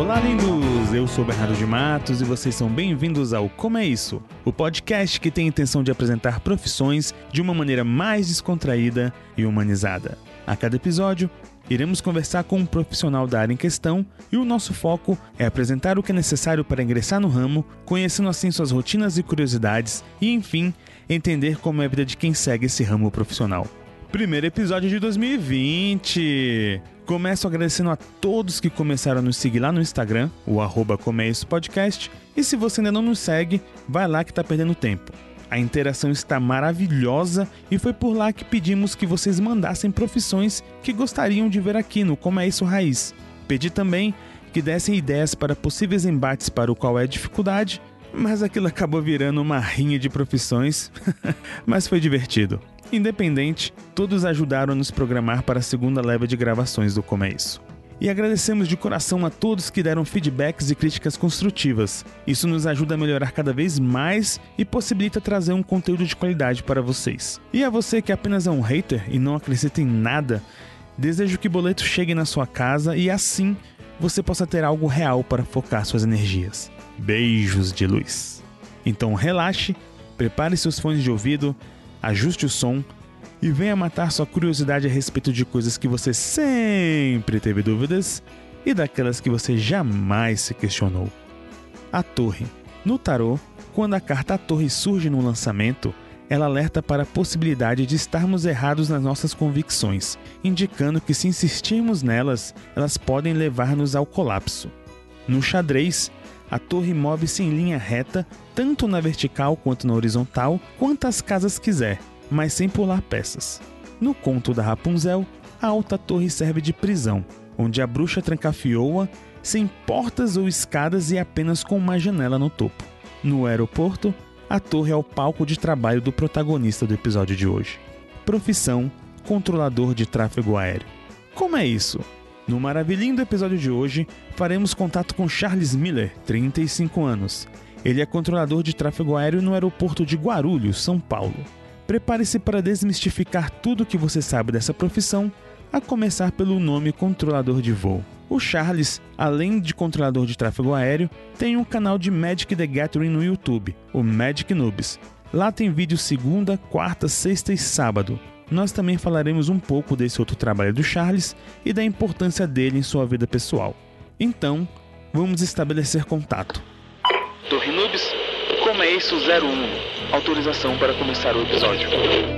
Olá, lindos! Eu sou Bernardo de Matos e vocês são bem-vindos ao Como é Isso? O podcast que tem a intenção de apresentar profissões de uma maneira mais descontraída e humanizada. A cada episódio, iremos conversar com um profissional da área em questão e o nosso foco é apresentar o que é necessário para ingressar no ramo, conhecendo assim suas rotinas e curiosidades e, enfim, entender como é a vida de quem segue esse ramo profissional. Primeiro episódio de 2020! Começo agradecendo a todos que começaram a nos seguir lá no Instagram, o @comeisopodcast, e se você ainda não nos segue, vai lá que tá perdendo tempo. A interação está maravilhosa e foi por lá que pedimos que vocês mandassem profissões que gostariam de ver aqui no Como é Isso Raiz. Pedi também que dessem ideias para possíveis embates para o qual é a dificuldade, mas aquilo acabou virando uma rinha de profissões, mas foi divertido. Independente, todos ajudaram a nos programar para a segunda leva de gravações do Como é Isso. E agradecemos de coração a todos que deram feedbacks e críticas construtivas. Isso nos ajuda a melhorar cada vez mais e possibilita trazer um conteúdo de qualidade para vocês. E a você que apenas é um hater e não acrescenta em nada, desejo que o boleto chegue na sua casa e assim você possa ter algo real para focar suas energias. Beijos de luz. Então relaxe, prepare seus fones de ouvido, ajuste o som e venha matar sua curiosidade a respeito de coisas que você sempre teve dúvidas e daquelas que você jamais se questionou. A Torre. No tarô, quando a carta A Torre surge no lançamento, ela alerta para a possibilidade de estarmos errados nas nossas convicções, indicando que se insistirmos nelas, elas podem levar-nos ao colapso. No xadrez, a torre move-se em linha reta, tanto na vertical quanto na horizontal, quantas casas quiser, mas sem pular peças. No conto da Rapunzel, a alta torre serve de prisão, onde a bruxa trancafiou-a, sem portas ou escadas e apenas com uma janela no topo. No aeroporto, a torre é o palco de trabalho do protagonista do episódio de hoje. Profissão: controlador de tráfego aéreo. Como é isso? No maravilhindo episódio de hoje, faremos contato com Charles Miller, 35 anos. Ele é controlador de tráfego aéreo no aeroporto de Guarulhos, São Paulo. Prepare-se para desmistificar tudo o que você sabe dessa profissão, a começar pelo nome controlador de voo. O Charles, além de controlador de tráfego aéreo, tem um canal de Magic the Gathering no YouTube, o Magic Noobs. Lá tem vídeos segunda, quarta, sexta e sábado. Nós também falaremos um pouco desse outro trabalho do Charles e da importância dele em sua vida pessoal. Então, vamos estabelecer contato. Torre Noobs, Como é Isso 01. Autorização para começar o episódio.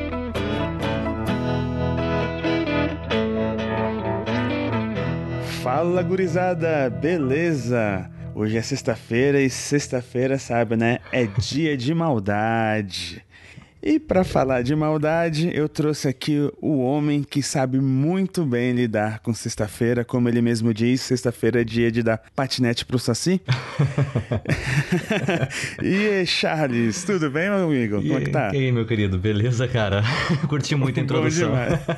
Fala, gurizada, beleza? Hoje é sexta-feira e sexta-feira, sabe, né? É dia de maldade. E para falar de maldade, eu trouxe aqui o homem que sabe muito bem lidar com sexta-feira, como ele mesmo diz, sexta-feira é dia de dar patinete pro Saci. E aí, Charles, tudo bem, meu amigo? Como é que tá? E aí, meu querido, beleza, cara? Curti muito a introdução.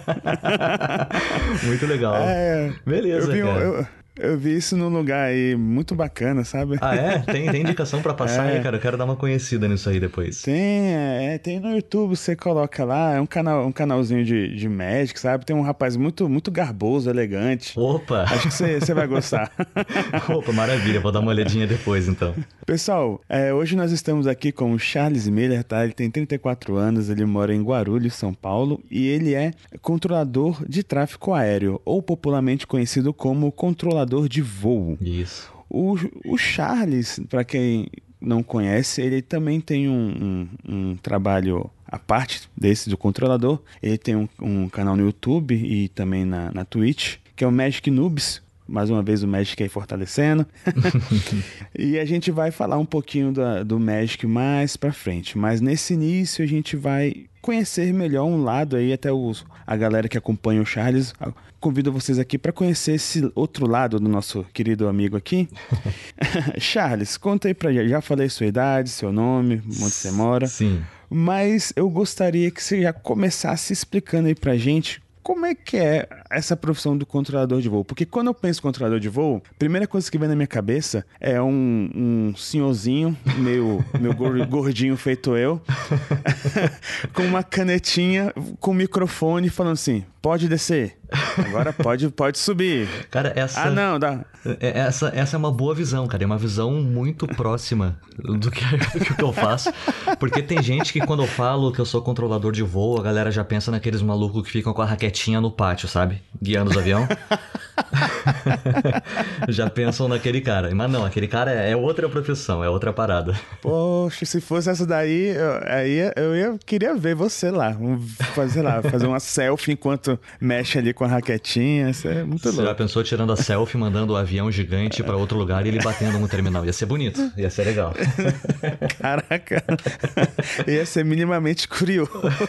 Muito legal. Beleza, cara. Eu vi isso num lugar aí muito bacana, sabe? Ah, é? Tem indicação pra passar aí, cara? Eu quero dar uma conhecida nisso aí depois. Tem no YouTube, você coloca lá, é um canalzinho de Magic, sabe? Tem um rapaz muito garboso, elegante. Opa! Acho que você vai gostar. Opa, maravilha, vou dar uma olhadinha depois, então. Pessoal, hoje nós estamos aqui com o Charles Miller, tá? Ele tem 34 anos, ele mora em Guarulhos, São Paulo, e ele é controlador de tráfego aéreo, ou popularmente conhecido como controlador de voo. Isso. O Charles, para quem não conhece, ele também tem um trabalho à parte desse do controlador. Ele tem um canal no YouTube e também na Twitch, que é o Magic Noobs. Mais uma vez o Magic aí fortalecendo. E a gente vai falar um pouquinho do Magic mais pra frente. Mas nesse início a gente vai conhecer melhor um lado aí, até a galera que acompanha o Charles. Convido vocês aqui para conhecer esse outro lado do nosso querido amigo aqui. Charles, conta aí pra gente. Já falei sua idade, seu nome, onde você mora. Sim. Mas eu gostaria que você já começasse explicando aí pra gente como é que é essa profissão do controlador de voo? Porque quando eu penso em controlador de voo, a primeira coisa que vem na minha cabeça é um senhorzinho, meio gordinho feito eu, com uma canetinha, com um microfone, falando assim, pode descer. Agora pode subir. Cara, essa... Ah, não, dá. Essa é uma boa visão, cara. É uma visão muito próxima do que eu faço. Porque tem gente que quando eu falo que eu sou controlador de voo, a galera já pensa naqueles malucos que ficam com a raquetinha no pátio, sabe? Guiando os aviões. Já pensam naquele cara. Mas não, aquele cara é outra profissão, é outra parada. Poxa, se fosse essa daí, eu queria ver você lá. Fazer uma selfie enquanto mexe ali com a raquetinha. Isso é muito louco. Você já pensou tirando a selfie, mandando o avião gigante pra outro lugar e ele batendo no terminal? Ia ser bonito, ia ser legal. Caraca, ia ser minimamente curioso.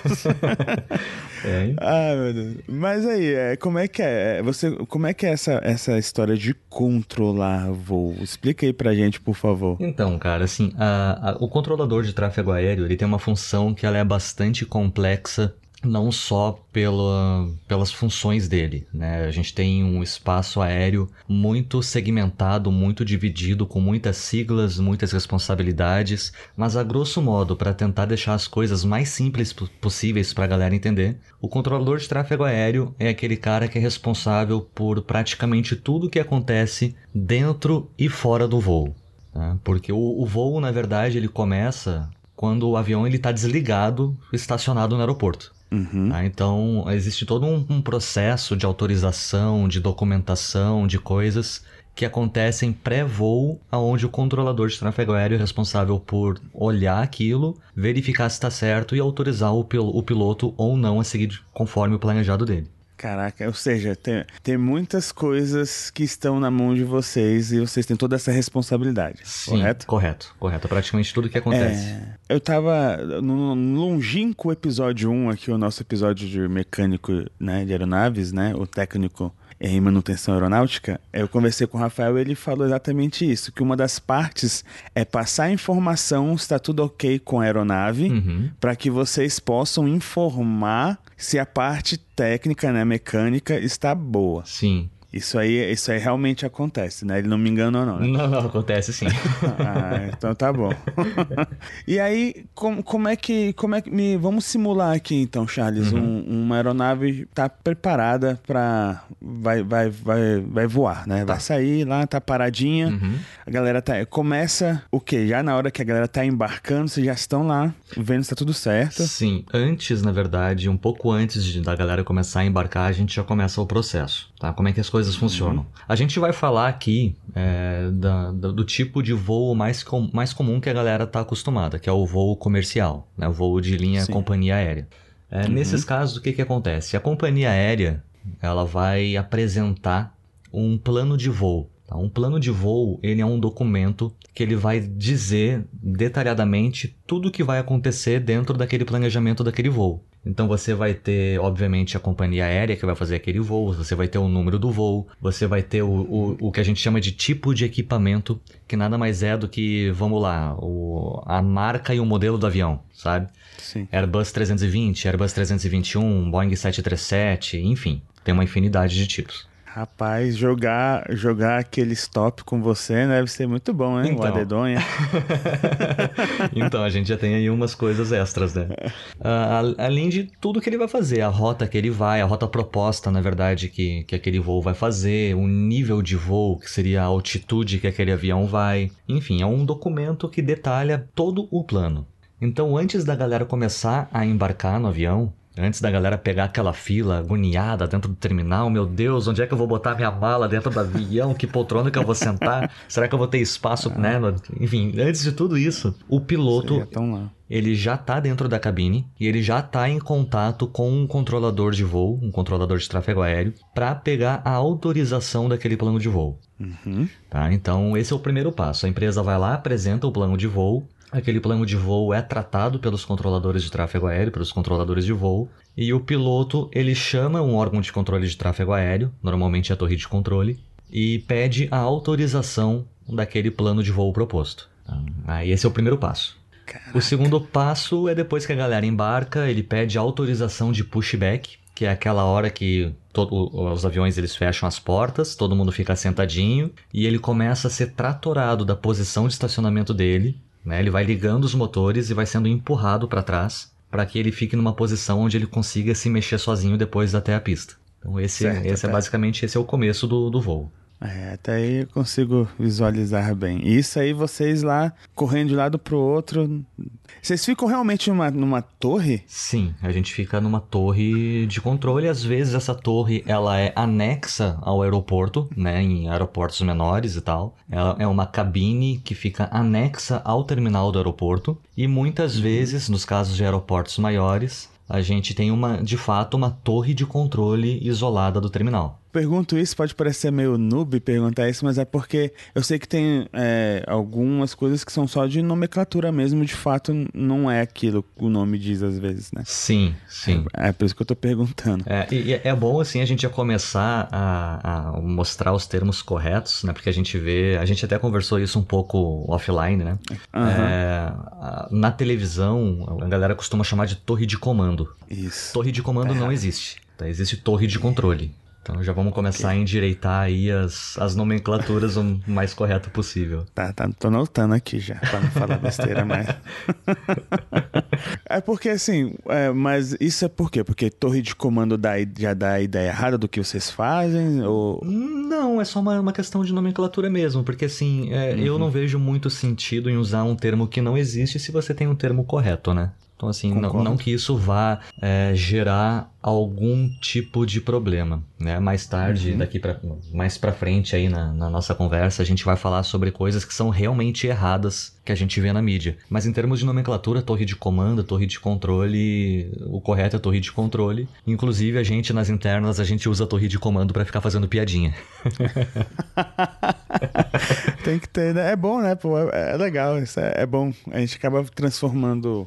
Ah, meu Deus. Mas aí, como é que é? Como é que é essa história de controlar voo? Explica aí pra gente, por favor. Então, cara, assim, o controlador de tráfego aéreo, ele tem uma função que ela é bastante complexa, não só pelas funções dele, né? A gente tem um espaço aéreo muito segmentado, muito dividido, com muitas siglas, muitas responsabilidades, mas a grosso modo, para tentar deixar as coisas mais simples possíveis para a galera entender, o controlador de tráfego aéreo é aquele cara que é responsável por praticamente tudo que acontece dentro e fora do voo, tá? Porque o voo, na verdade, ele começa quando o avião está desligado, estacionado no aeroporto. Uhum. Então, existe todo um processo de autorização, de documentação, de coisas que acontecem pré-voo, onde o controlador de tráfego aéreo é responsável por olhar aquilo, verificar se está certo e autorizar o piloto ou não a seguir conforme o planejado dele. Caraca, ou seja, tem muitas coisas que estão na mão de vocês e vocês têm toda essa responsabilidade, Sim, correto? Correto. Praticamente tudo que acontece. Eu tava no longínquo episódio 1 aqui, o nosso episódio de mecânico, né, de aeronaves, né, o técnico em manutenção aeronáutica, eu conversei com o Rafael e ele falou exatamente isso, que uma das partes é passar a informação se está tudo ok com a aeronave, para que vocês possam informar se a parte técnica, né, mecânica, está boa. Sim. Isso aí realmente acontece, né? Ele não me enganou, não, né? Não, acontece sim. Então tá bom. E aí, como é que vamos simular aqui então, Charles, uma aeronave tá preparada para vai voar, né? Vai sair lá, tá paradinha. A galera começa o quê? Já na hora que a galera tá embarcando, vocês já estão lá vendo se tá tudo certo? Sim, antes, na verdade, um pouco antes da galera começar a embarcar, a gente já começa o processo, tá? Como é que as coisas funcionam. A gente vai falar aqui do tipo de voo mais comum que a galera está acostumada, que é o voo comercial, né? O voo de linha companhia aérea. Nesses casos, o que acontece? A companhia aérea ela vai apresentar um plano de voo. Tá? Um plano de voo ele é um documento que ele vai dizer detalhadamente tudo o que vai acontecer dentro daquele planejamento daquele voo. Então você vai ter, obviamente, a companhia aérea que vai fazer aquele voo, você vai ter o número do voo, você vai ter o que a gente chama de tipo de equipamento, que nada mais é do que, vamos lá, a marca e o modelo do avião, sabe? Sim. Airbus 320, Airbus 321, Boeing 737, enfim, tem uma infinidade de tipos. Rapaz, jogar aquele stop com você deve ser muito bom, hein? Então. O adedonha. Então, a gente já tem aí umas coisas extras, né? Além de tudo que ele vai fazer, a rota que ele vai, a rota proposta, na verdade, que aquele voo vai fazer, o nível de voo, que seria a altitude que aquele avião vai. Enfim, é um documento que detalha todo o plano. Então, antes da galera começar a embarcar no avião, antes da galera pegar aquela fila agoniada dentro do terminal, meu Deus, onde é que eu vou botar minha mala dentro do avião? Que poltrona que eu vou sentar? Será que eu vou ter espaço, né? Enfim, antes de tudo isso, o piloto, ele já está dentro da cabine e ele já está em contato com um controlador de voo, um controlador de tráfego aéreo, para pegar a autorização daquele plano de voo. Tá? Então, esse é o primeiro passo. A empresa vai lá, apresenta o plano de voo. Aquele plano de voo é tratado pelos controladores de tráfego aéreo, pelos controladores de voo, e o piloto ele chama um órgão de controle de tráfego aéreo, normalmente a torre de controle, e pede a autorização daquele plano de voo proposto. Aí esse é o primeiro passo. Caraca. O segundo passo é depois que a galera embarca, ele pede a autorização de pushback, que é aquela hora que os aviões eles fecham as portas, todo mundo fica sentadinho, e ele começa a ser tratorado da posição de estacionamento dele. Ele vai ligando os motores e vai sendo empurrado para trás para que ele fique numa posição onde ele consiga se mexer sozinho depois até a pista. Então esse Certo, é basicamente esse é o começo do voo. Até aí eu consigo visualizar bem. E isso aí, vocês lá, correndo de um lado pro outro. Vocês ficam realmente numa torre? Sim, a gente fica numa torre de controle. Às vezes essa torre ela é anexa ao aeroporto, né, em aeroportos menores e tal. Ela é uma cabine que fica anexa ao terminal do aeroporto. E muitas vezes, nos casos de aeroportos maiores, a gente tem de fato uma torre de controle isolada do terminal. Pergunto isso, pode parecer meio noob perguntar isso, mas é porque eu sei que tem algumas coisas que são só de nomenclatura mesmo, de fato não é aquilo que o nome diz às vezes, né? Sim. É por isso que eu tô perguntando. E é bom assim a gente já começar a mostrar os termos corretos, né? Porque a gente até conversou isso um pouco offline, né? Na televisão, a galera costuma chamar de torre de comando. Isso. Torre de comando não existe, tá? Existe torre de controle. Então já vamos começar a endireitar aí as nomenclaturas o mais correto possível. Tá, tô anotando aqui já, pra não falar besteira mais. É porque assim, mas isso é por quê? Porque torre de comando já dá a ideia errada do que vocês fazem? Ou... Não, é só uma questão de nomenclatura mesmo, porque assim, eu não vejo muito sentido em usar um termo que não existe se você tem um termo correto, né? Então, assim, não que isso vá gerar algum tipo de problema, né? Mais tarde, mais pra frente aí na nossa conversa, a gente vai falar sobre coisas que são realmente erradas que a gente vê na mídia. Mas em termos de nomenclatura, torre de comando, torre de controle, o correto é torre de controle. Inclusive, nas internas, a gente usa a torre de comando pra ficar fazendo piadinha. Tem que ter, né? É bom, né? Pô, é legal, isso é bom. A gente acaba transformando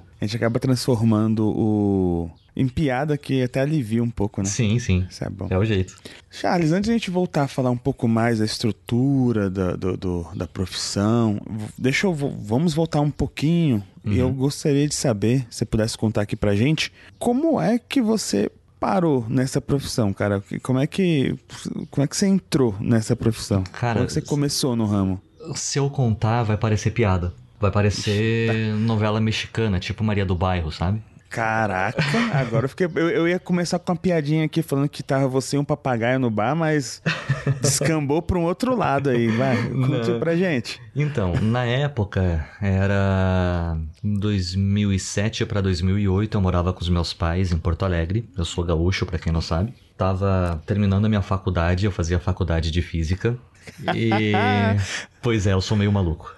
em piada que até alivia um pouco, né? Sim. Isso é bom. É o jeito. Charles, antes de a gente voltar a falar um pouco mais da estrutura da profissão, vamos voltar um pouquinho. E eu gostaria de saber, se você pudesse contar aqui pra gente, como é que você parou nessa profissão, cara? Como é que você entrou nessa profissão? Cara, como é que você começou no ramo? Se eu contar, vai parecer piada. Vai parecer novela mexicana, tipo Maria do Bairro, sabe? Caraca, agora eu ia começar com uma piadinha aqui falando que tava você e um papagaio no bar, mas descambou pra um outro lado aí, vai, conte pra gente. Então, na época, era 2007 para 2008, eu morava com os meus pais em Porto Alegre, eu sou gaúcho, pra quem não sabe. Tava terminando a minha faculdade, eu fazia faculdade de física. E... Pois é, eu sou meio maluco.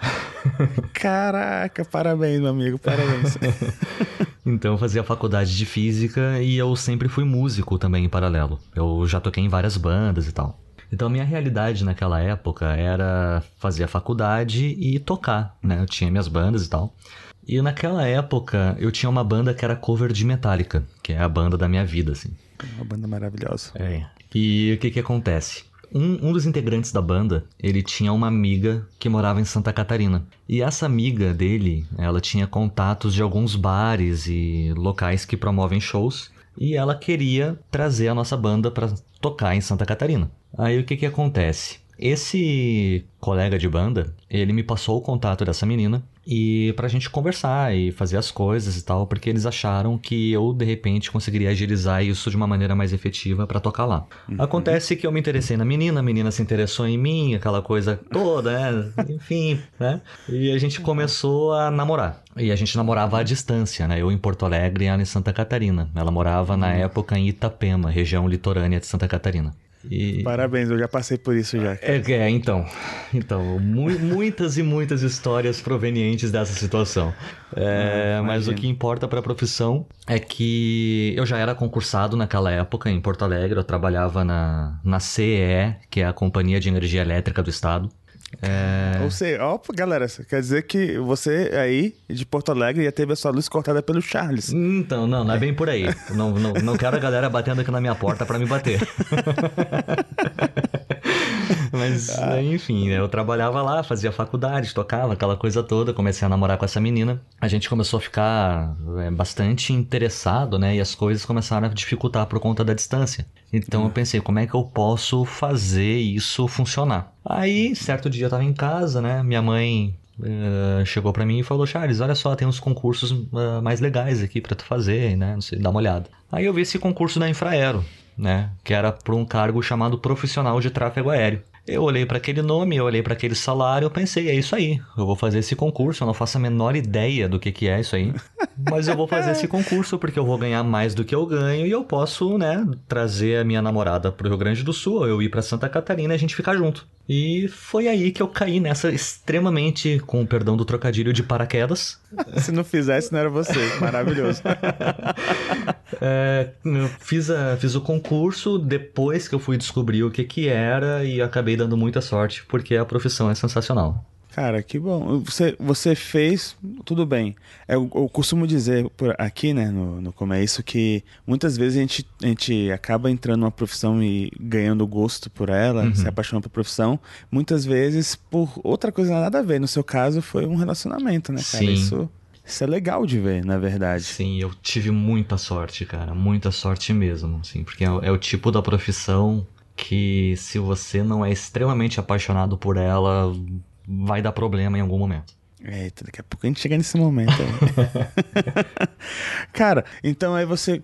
Caraca, parabéns, meu amigo, parabéns. Então eu fazia faculdade de física e eu sempre fui músico também em paralelo. Eu já toquei em várias bandas e tal. Então a minha realidade naquela época era fazer a faculdade e tocar, né? Eu tinha minhas bandas e tal. E naquela época eu tinha uma banda que era cover de Metallica, que é a banda da minha vida, assim. Uma banda maravilhosa. E o que acontece? Um dos integrantes da banda, ele tinha uma amiga que morava em Santa Catarina. E essa amiga dele, ela tinha contatos de alguns bares e locais que promovem shows. E ela queria trazer a nossa banda para tocar em Santa Catarina. Aí o que acontece? Esse colega de banda, ele me passou o contato dessa menina e pra gente conversar e fazer as coisas e tal, porque eles acharam que eu, de repente, conseguiria agilizar isso de uma maneira mais efetiva pra tocar lá. Acontece que eu me interessei na menina, a menina se interessou em mim, aquela coisa toda, né? Enfim, né? E a gente começou a namorar. E a gente namorava à distância, né? Eu em Porto Alegre e ela em Santa Catarina. Ela morava, na época, em Itapema, região litorânea de Santa Catarina. Parabéns, eu já passei por isso já. Então, muitas e muitas histórias provenientes dessa situação. Mas o que importa para a profissão é que eu já era concursado naquela época em Porto Alegre. Eu trabalhava na CEE, que é a Companhia de Energia Elétrica do Estado. Ou seja, galera, quer dizer que você aí de Porto Alegre já teve a sua luz cortada pelo Charles. Então, não é bem por aí. Não quero a galera batendo aqui na minha porta pra me bater. Mas, enfim, eu trabalhava lá, fazia faculdade, tocava, aquela coisa toda. Comecei a namorar com essa menina. A gente começou a ficar bastante interessado, né? E as coisas começaram a dificultar por conta da distância. Então eu pensei, como é que eu posso fazer isso funcionar? Aí, certo dia eu tava em casa, né? Minha mãe chegou pra mim e falou: Charles, olha só, tem uns concursos mais legais aqui pra tu fazer, né? Não sei, dá uma olhada. Aí eu vi esse concurso da Infraero. né? Que era para um cargo chamado profissional de tráfego aéreo. Eu olhei para aquele nome, eu olhei para aquele salário, eu pensei, é isso aí, eu vou fazer esse concurso, eu não faço a menor ideia do que é isso aí, mas eu vou fazer esse concurso porque eu vou ganhar mais do que eu ganho e eu posso, né, trazer a minha namorada pro Rio Grande do Sul, eu ir para Santa Catarina e a gente ficar junto. E foi aí que eu caí nessa extremamente, com o perdão do trocadilho, de paraquedas. Se não fizesse, não era você. Maravilhoso. Eu fiz o concurso depois que eu fui descobrir o que era e acabei dando muita sorte, porque a profissão é sensacional. Cara, que bom. Você fez, tudo bem. Eu costumo dizer por aqui, né, no Como é Isso, que muitas vezes a gente acaba entrando numa profissão e ganhando gosto por ela, se apaixonando por profissão, muitas vezes por outra coisa nada a ver. No seu caso, foi um relacionamento, né, cara? Sim. Isso é legal de ver, na verdade. Sim, eu tive muita sorte, cara. Muita sorte mesmo, assim, porque é o tipo da profissão que se você não é extremamente apaixonado por ela, vai dar problema em algum momento. Eita, daqui a pouco a gente chega nesse momento aí. Cara, então aí você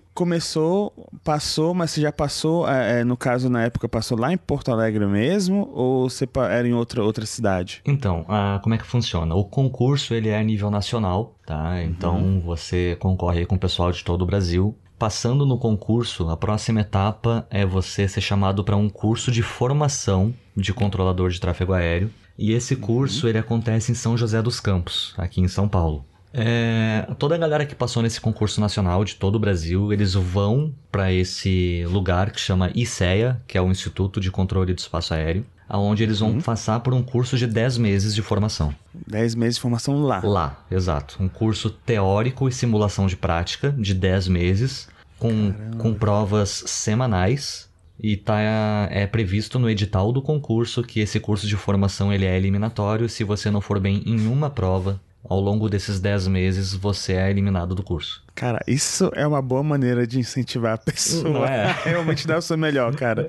passou, mas você já passou, no caso na época, passou lá em Porto Alegre mesmo, ou você era em outra cidade? Então, como é que funciona? O concurso, ele é a nível nacional, tá? Então, você concorre aí com o pessoal de todo o Brasil. Passando no concurso, a próxima etapa é você ser chamado para um curso de formação de controlador de tráfego aéreo. E esse curso, ele acontece em São José dos Campos, aqui em São Paulo. Toda a galera que passou nesse concurso nacional de todo o Brasil, eles vão para esse lugar que chama ICEA, que é o Instituto de Controle do Espaço Aéreo, onde eles vão passar por um curso de 10 meses de formação. 10 meses de formação lá? Lá, exato. Um curso teórico e simulação de prática de 10 meses, com provas semanais. E é previsto no edital do concurso que esse curso de formação ele é eliminatório. Se você não for bem em uma prova, ao longo desses 10 meses, você é eliminado do curso. Cara, isso é uma boa maneira de incentivar a pessoa a realmente dar o seu melhor, cara.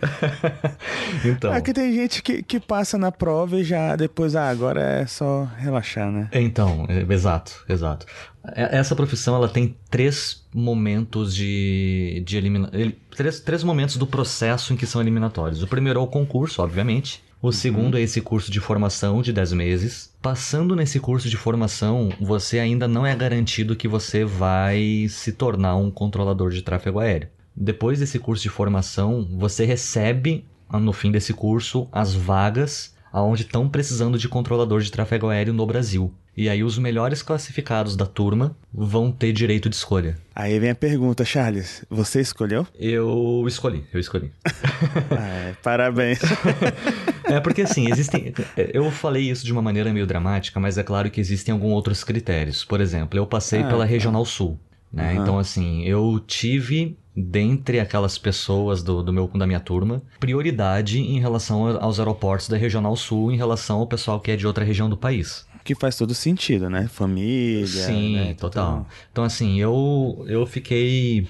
Então. Aqui tem gente que passa na prova e já depois, agora é só relaxar, né? Então, exato. Essa profissão, ela tem 3 momentos de eliminação. 3 momentos do processo em que são eliminatórios. O primeiro é o concurso, obviamente. O segundo é esse curso de formação de 10 meses. Passando nesse curso de formação, você ainda não é garantido que você vai se tornar um controlador de tráfego aéreo. Depois desse curso de formação, você recebe, no fim desse curso, as vagas onde estão precisando de controlador de tráfego aéreo no Brasil. E aí os melhores classificados da turma vão ter direito de escolha. Aí vem a pergunta, Charles, você escolheu? Eu escolhi. Parabéns. Porque assim, eu falei isso de uma maneira meio dramática, mas é claro que existem alguns outros critérios. Por exemplo, eu passei pela Regional Sul, né? Então assim, eu tive, dentre aquelas pessoas da minha turma, prioridade em relação aos aeroportos da Regional Sul em relação ao pessoal que é de outra região do país. Que faz todo sentido, né? Família. Sim, né? total. Então, assim, eu fiquei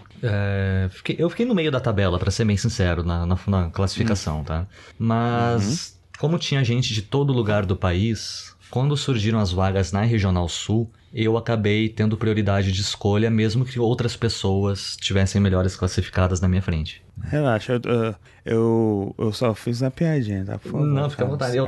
no meio da tabela, pra ser bem sincero, na classificação, tá? Mas, como tinha gente de todo lugar do país, quando surgiram as vagas na Regional Sul, eu acabei tendo prioridade de escolha, mesmo que outras pessoas tivessem melhores classificadas na minha frente. Relaxa, eu só fiz uma piadinha, tá? Por favor, não, fica à vontade.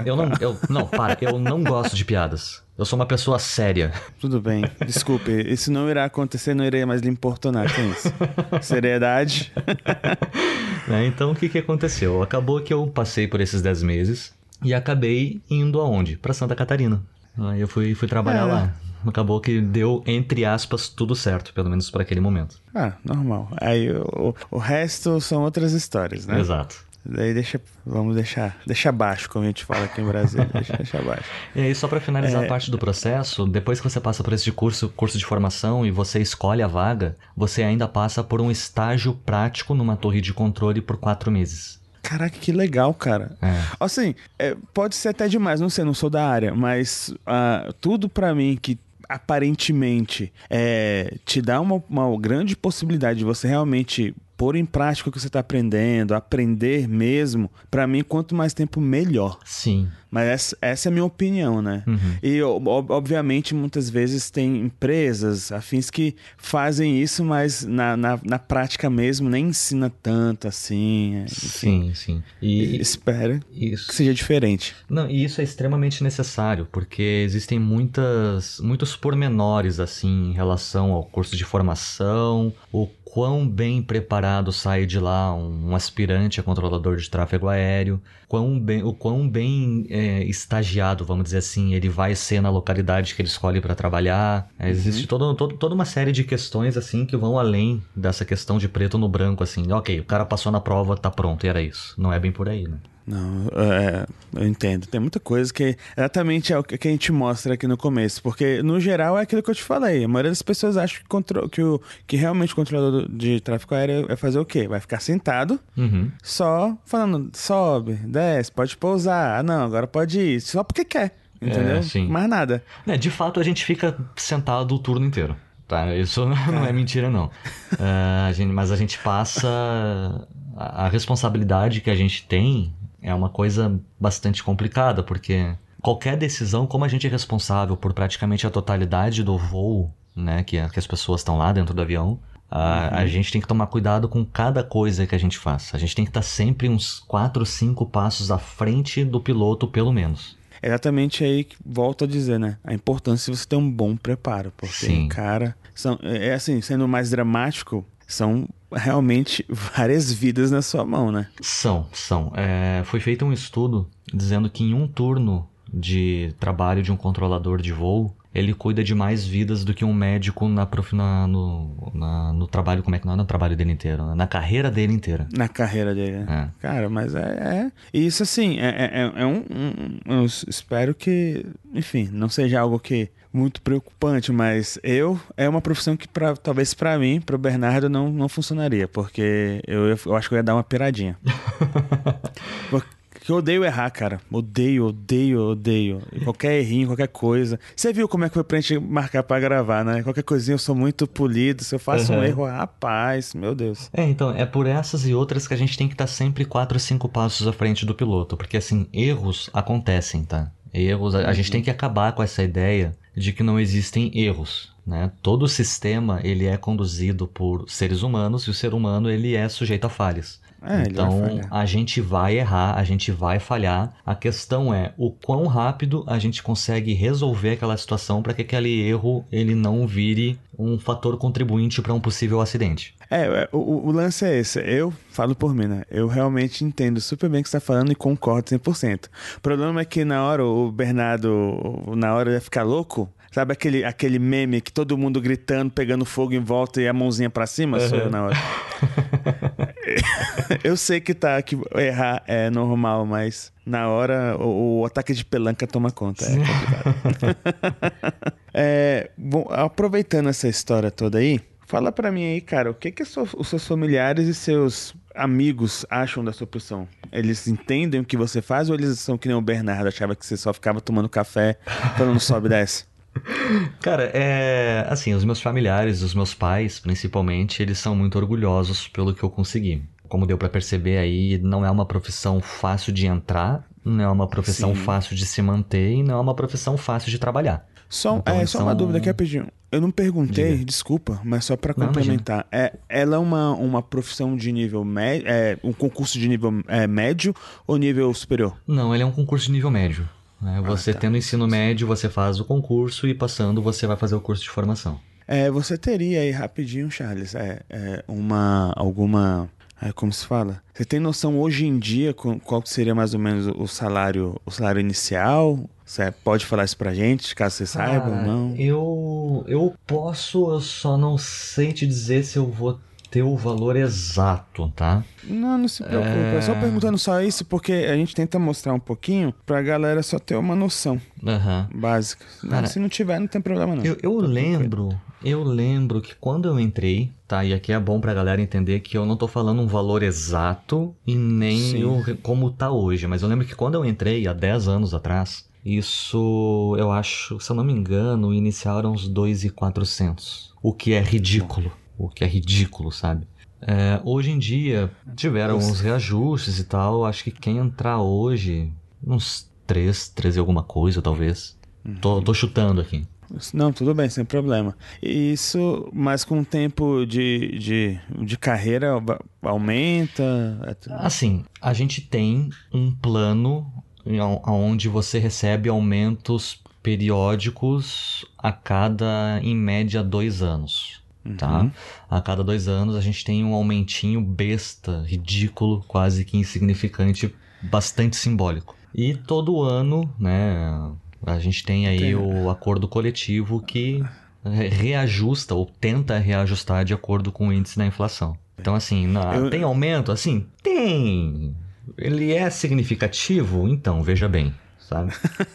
Eu não gosto de piadas. Eu sou uma pessoa séria. Tudo bem, desculpe. Isso não irá acontecer, não irei mais lhe importunar com isso. Seriedade. Então, o que aconteceu? Acabou que eu passei por esses 10 meses e acabei indo aonde? Pra Santa Catarina. Aí eu fui trabalhar lá. Acabou que deu, entre aspas, tudo certo, pelo menos para aquele momento. Normal. Aí o resto são outras histórias, né? Exato. Daí vamos deixar baixo, como a gente fala aqui em Brasília, deixa baixo. E aí, só para finalizar a parte do processo, depois que você passa por esse curso de formação e você escolhe a vaga, você ainda passa por um estágio prático numa torre de controle por 4 meses. Caraca, que legal, cara. Assim, pode ser até demais, não sei, não sou da área, mas tudo pra mim que aparentemente te dá uma grande possibilidade de você realmente pôr em prática o que você está aprendendo, aprender mesmo, para mim, quanto mais tempo, melhor. Sim. Mas essa é a minha opinião, né? E, obviamente, muitas vezes tem empresas afins que fazem isso, mas na prática mesmo nem ensina tanto assim. Enfim. Sim. E espero que seja diferente. Não, e isso é extremamente necessário, porque existem muitos pormenores, assim, em relação ao curso de formação, o quão bem preparado sai de lá um aspirante a controlador de tráfego aéreo, o quão bem estagiado, vamos dizer assim, ele vai ser na localidade que ele escolhe para trabalhar. Existe toda uma série de questões assim que vão além dessa questão de preto no branco, assim. Ok, o cara passou na prova, tá pronto, e era isso. Não é bem por aí, né? Não, eu entendo. Tem muita coisa que exatamente é o que a gente mostra aqui no começo. Porque, no geral, é aquilo que eu te falei. A maioria das pessoas acha que realmente o controlador de tráfego aéreo é fazer o quê? Vai ficar sentado, só falando, sobe, desce, pode pousar. Ah, não, agora pode ir. Só porque quer, entendeu? Mais nada. De fato, a gente fica sentado o turno inteiro. Tá? Isso não é mentira, não. Mas a gente passa... A responsabilidade que a gente tem é uma coisa bastante complicada, porque qualquer decisão, como a gente é responsável por praticamente a totalidade do voo, né, que as pessoas estão lá dentro do avião, a gente tem que tomar cuidado com cada coisa que a gente faz. A gente tem que estar sempre uns 4, 5 passos à frente do piloto, pelo menos. Exatamente aí que volto a dizer, né? A importância de você ter um bom preparo, porque, cara, assim, sendo mais dramático, são realmente várias vidas na sua mão, né? São. Foi feito um estudo dizendo que em um turno de trabalho de um controlador de voo, ele cuida de mais vidas do que um médico no trabalho, como é que não é no trabalho dele inteiro, né? Na carreira dele inteira. Na carreira dele, né? Cara, mas isso assim, eu espero que, enfim, não seja algo que muito preocupante, mas é uma profissão que talvez pra mim, pro Bernardo, não funcionaria, porque eu acho que eu ia dar uma piradinha. Porque eu odeio errar, cara. Odeio. Qualquer errinho, qualquer coisa. Você viu como é que foi pra gente marcar pra gravar, né? Qualquer coisinha eu sou muito polido. Se eu faço um erro, rapaz, meu Deus. Então, é por essas e outras que a gente tem que estar sempre 4, 5 passos à frente do piloto. Porque, assim, erros acontecem, tá? A gente tem que acabar com essa ideia de que não existem erros, né? Todo o sistema, ele é conduzido por seres humanos e o ser humano, ele é sujeito a falhas. Então, a gente vai errar, a gente vai falhar. A questão é o quão rápido a gente consegue resolver aquela situação para que aquele erro ele não vire um fator contribuinte para um possível acidente. O lance é esse. Eu falo por mim, né? Eu realmente entendo super bem o que você está falando e concordo 100%. O problema é que na hora o Bernardo, na hora ia ficar louco. Sabe aquele meme que todo mundo gritando, pegando fogo em volta e a mãozinha pra cima? Sou eu na hora. Eu sei que errar é normal, mas na hora o ataque de pelanca toma conta. É complicado. Bom, aproveitando essa história toda aí, fala pra mim aí, cara, o que os seus familiares e seus amigos acham da sua profissão? Eles entendem o que você faz ou eles são que nem o Bernardo, achava que você só ficava tomando café falando sobe e desce? Cara, assim, os meus familiares, os meus pais, principalmente, eles são muito orgulhosos pelo que eu consegui. Como deu pra perceber aí, não é uma profissão fácil de entrar, não é uma profissão fácil de se manter e não é uma profissão fácil de trabalhar. Só uma dúvida aqui rapidinho. Eu não perguntei, desculpa, mas só pra complementar. Ela é uma profissão de nível médio, um concurso de nível médio ou nível superior? Não, ele é um concurso de nível médio. Você tendo ensino médio, você faz o concurso e passando, você vai fazer o curso de formação. Você teria aí rapidinho, Charles, como se fala? Você tem noção hoje em dia qual seria mais ou menos o salário inicial? Você pode falar isso pra gente, caso você saiba ou não? Eu posso, eu só não sei te dizer se eu vou ter o valor exato, tá? Não se preocupe. É só perguntando só isso, porque a gente tenta mostrar um pouquinho pra galera só ter uma noção básica. Cara, se não tiver, não tem problema não. Eu lembro que quando eu entrei, tá? E aqui é bom pra galera entender que eu não tô falando um valor exato e nem como tá hoje. Mas eu lembro que quando eu entrei, há 10 anos atrás, isso, eu acho, se eu não me engano, iniciaram uns 2.400. O que é ridículo. O que é ridículo, sabe? Hoje em dia, tiveram uns reajustes e tal. Acho que quem entrar hoje, uns 13 e alguma coisa, talvez. Tô chutando aqui. Não, tudo bem, sem problema. E isso, mas com o tempo de carreira, aumenta? Assim, a gente tem um plano onde você recebe aumentos periódicos a cada, em média, 2 anos. Tá? A cada 2 anos a gente tem um aumentinho besta, ridículo, quase que insignificante, bastante simbólico. E todo ano, né, a gente tem aí o acordo coletivo que reajusta ou tenta reajustar de acordo com o índice da inflação. Então, assim, tem aumento? Assim, tem. Ele é significativo? Então, veja bem. Sabe?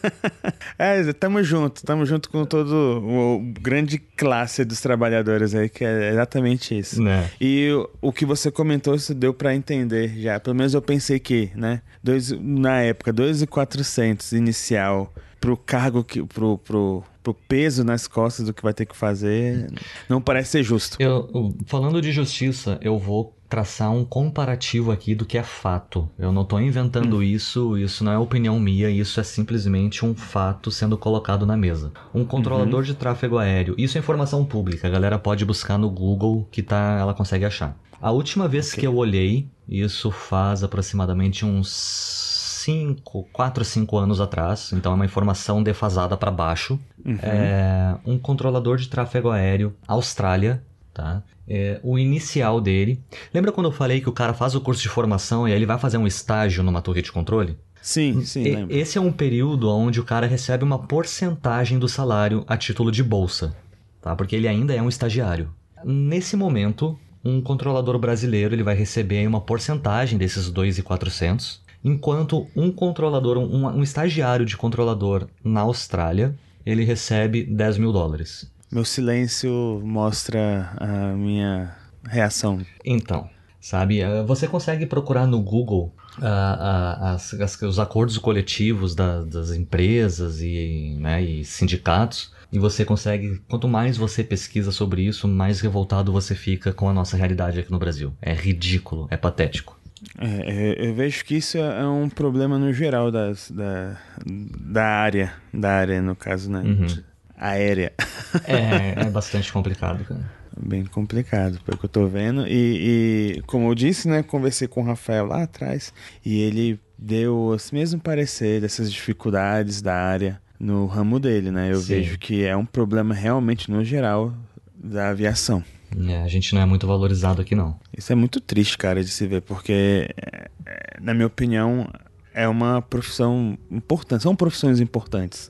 Tamo junto com todo o grande classe dos trabalhadores aí, que é exatamente isso. Né? E o que você comentou, isso deu pra entender já. Pelo menos eu pensei que, né? Na época, 2.400 inicial pro cargo, pro peso nas costas do que vai ter que fazer, não parece ser justo. Falando de justiça, eu vou traçar um comparativo aqui do que é fato. Eu não estou inventando isso não é opinião minha, isso é simplesmente um fato sendo colocado na mesa. Um controlador de tráfego aéreo, isso é informação pública, a galera pode buscar no Google que ela consegue achar. A última vez que eu olhei, isso faz aproximadamente uns 4 ou 5 anos atrás, então é uma informação defasada para baixo. Um controlador de tráfego aéreo, Austrália, tá? O inicial dele... Lembra quando eu falei que o cara faz o curso de formação e aí ele vai fazer um estágio numa torre de controle? Sim, lembro. Esse é um período onde o cara recebe uma porcentagem do salário a título de bolsa, tá? Porque ele ainda é um estagiário. Nesse momento, um controlador brasileiro ele vai receber uma porcentagem desses 2.400, enquanto um estagiário de controlador na Austrália, ele recebe $10.000. Meu silêncio mostra a minha reação. Então, sabe, você consegue procurar no Google os acordos coletivos das empresas e sindicatos, e você consegue, quanto mais você pesquisa sobre isso, mais revoltado você fica com a nossa realidade aqui no Brasil. É ridículo, é patético. Eu vejo que isso é um problema no geral da área, no caso, né? Aérea. É bastante complicado, cara. Bem complicado, pelo que eu tô vendo. E como eu disse, né? Conversei com o Rafael lá atrás e ele deu esse mesmo parecer dessas dificuldades da área no ramo dele, né? Eu vejo que é um problema realmente no geral da aviação. A gente não é muito valorizado aqui, não. Isso é muito triste, cara, de se ver, porque, na minha opinião, é uma profissão importante. São profissões importantes.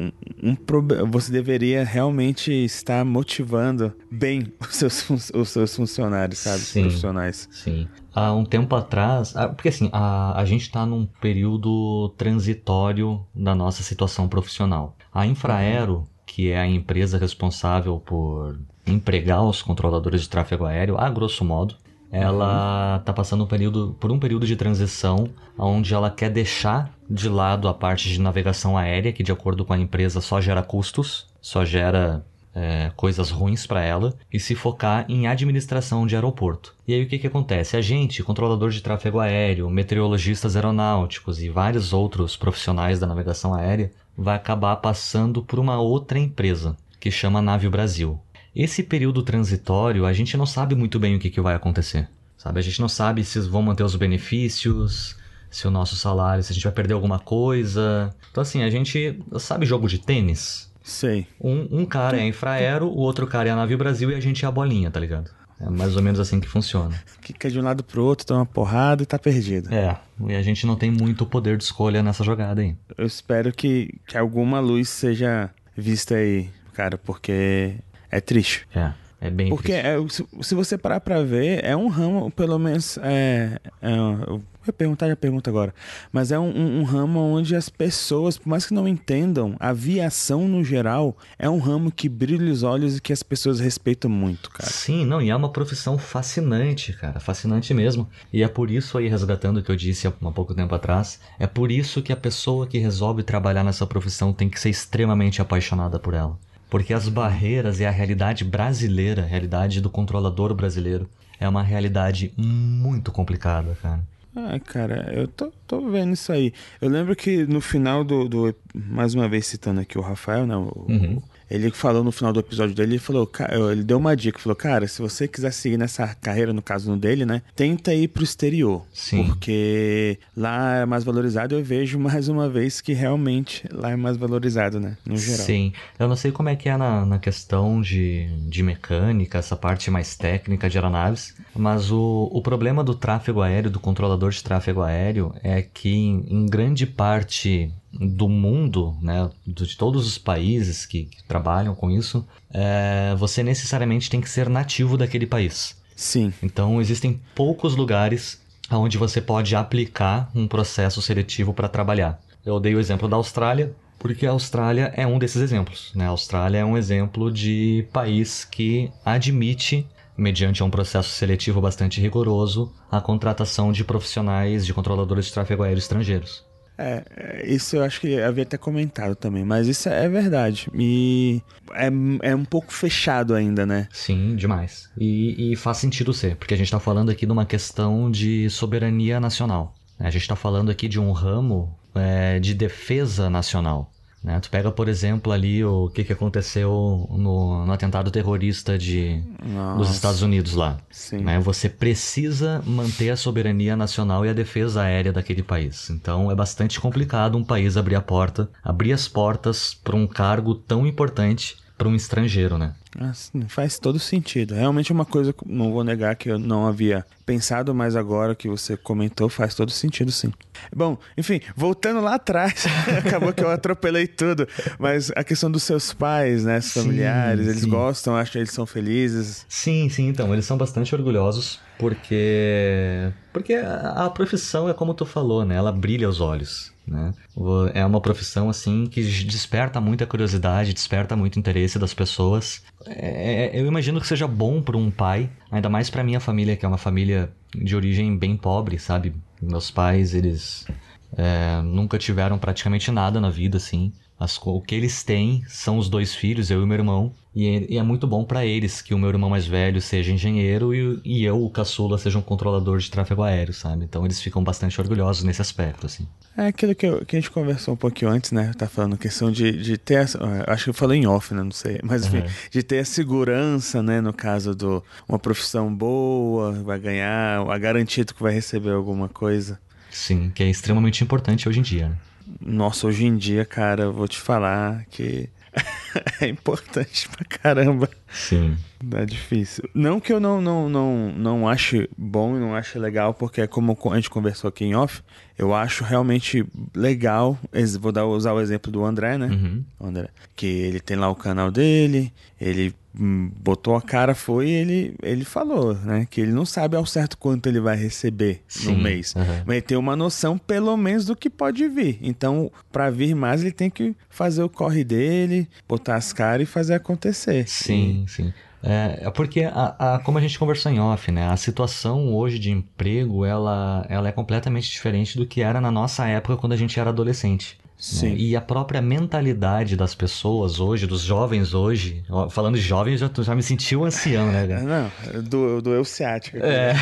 Você deveria realmente estar motivando bem os seus funcionários, sabe? Sim, profissionais. Sim. Há um tempo atrás... Porque assim, a gente está num período transitório da nossa situação profissional. A Infraero, que é a empresa responsável por empregar os controladores de tráfego aéreo, a grosso modo, ela está passando por um período de transição onde ela quer deixar de lado a parte de navegação aérea, que de acordo com a empresa só gera custos, só gera coisas ruins para ela, e se focar em administração de aeroporto. E aí o que acontece? A gente, controlador de tráfego aéreo, meteorologistas aeronáuticos e vários outros profissionais da navegação aérea, vai acabar passando por uma outra empresa, que chama Navio Brasil. Esse período transitório, a gente não sabe muito bem o que vai acontecer, sabe? A gente não sabe se vão manter os benefícios, se o nosso salário, se a gente vai perder alguma coisa. Então, assim, a gente sabe jogo de tênis? Sei. Um cara é a Infraero, o outro cara é a Navio Brasil e a gente é a bolinha, tá ligado? É mais ou menos assim que funciona. Fica de um lado pro outro, toma uma porrada e tá perdido. E a gente não tem muito poder de escolha nessa jogada aí. Eu espero que alguma luz seja vista aí, cara, porque... é triste. É bem porque triste. Porque se você parar pra ver, é um ramo, pelo menos... eu vou perguntar, já pergunto agora. Mas é um ramo onde as pessoas, por mais que não entendam, a aviação no geral é um ramo que brilha os olhos e que as pessoas respeitam muito, cara. Sim, e é uma profissão fascinante, cara. Fascinante mesmo. E é por isso aí, resgatando o que eu disse há pouco tempo atrás, é por isso que a pessoa que resolve trabalhar nessa profissão tem que ser extremamente apaixonada por ela. Porque as barreiras e a realidade brasileira, a realidade do controlador brasileiro, é uma realidade muito complicada, cara. Ah, cara, eu tô vendo isso aí. Eu lembro que no final mais uma vez citando aqui o Rafael, né? Ele falou no final do episódio dele, ele deu uma dica, falou, cara, se você quiser seguir nessa carreira, no caso dele, né, tenta ir pro exterior. Sim. Porque lá é mais valorizado, eu vejo mais uma vez que realmente lá é mais valorizado, né, no geral. Sim, eu não sei como é que é na questão de mecânica, essa parte mais técnica de aeronaves, mas o problema do tráfego aéreo, do controlador de tráfego aéreo, é que em grande parte do mundo, né, de todos os países que trabalham com isso, você necessariamente tem que ser nativo daquele país. Sim. Então, existem poucos lugares onde você pode aplicar um processo seletivo para trabalhar. Eu dei o exemplo da Austrália, porque a Austrália é um desses exemplos, né? A Austrália é um exemplo de país que admite, mediante um processo seletivo bastante rigoroso, a contratação de profissionais de controladores de tráfego aéreo estrangeiros. Isso eu acho que havia até comentado também, mas isso é verdade. E é um pouco fechado ainda, né? Sim, demais. E faz sentido ser, porque a gente está falando aqui de uma questão de soberania nacional. A gente está falando aqui de um ramo de defesa nacional. Né? Tu pega, por exemplo, ali o que aconteceu no atentado terrorista dos Estados Unidos lá. Sim. Né? Você precisa manter a soberania nacional e a defesa aérea daquele país. Então é bastante complicado um país abrir as portas para um cargo tão importante para um estrangeiro, né? Faz todo sentido. Realmente é uma coisa, não vou negar que eu não havia pensado, mas agora que você comentou, faz todo sentido, sim. Bom, enfim, voltando lá atrás, acabou que eu atropelei tudo, mas a questão dos seus pais, né, os familiares, eles gostam, acham que eles são felizes? Sim, então, eles são bastante orgulhosos, porque a profissão é como tu falou, né, ela brilha os olhos. Né? É uma profissão assim que desperta muita curiosidade, desperta muito interesse das pessoas. Eu imagino que seja bom para um pai, ainda mais para minha família, que é uma família de origem bem pobre, sabe? Meus pais, eles nunca tiveram praticamente nada na vida, assim. O que eles têm são os 2 filhos, eu e meu irmão, e é muito bom para eles que o meu irmão mais velho seja engenheiro e eu, o caçula, seja um controlador de tráfego aéreo, sabe? Então eles ficam bastante orgulhosos nesse aspecto, assim. É aquilo que a gente conversou um pouquinho antes, né? Tá falando questão de ter acho que eu falei em off, né? Não sei. Mas enfim, de ter a segurança, né? No caso uma profissão boa, vai ganhar, a garantia de que vai receber alguma coisa. Sim, que é extremamente importante hoje em dia, né? Nossa, hoje em dia, cara, eu vou te falar que é importante pra caramba. Sim. É difícil. Não que eu não ache bom e não ache legal, porque é como a gente conversou aqui em off, eu acho realmente legal. Vou usar o exemplo do André, né? O André, que ele tem lá o canal dele, ele botou a cara, ele falou, né? Que ele não sabe ao certo quanto ele vai receber no mês. Mas ele tem uma noção, pelo menos, do que pode vir. Então, pra vir mais, ele tem que fazer o corre dele, botar as caras e fazer acontecer. Sim. Porque, como a gente conversou em off, né? A situação hoje de emprego, ela é completamente diferente do que era na nossa época quando a gente era adolescente. Sim. Né? E a própria mentalidade das pessoas hoje, dos jovens hoje, falando de jovens, eu já me senti um ancião, né, cara? Não, do eu ciático.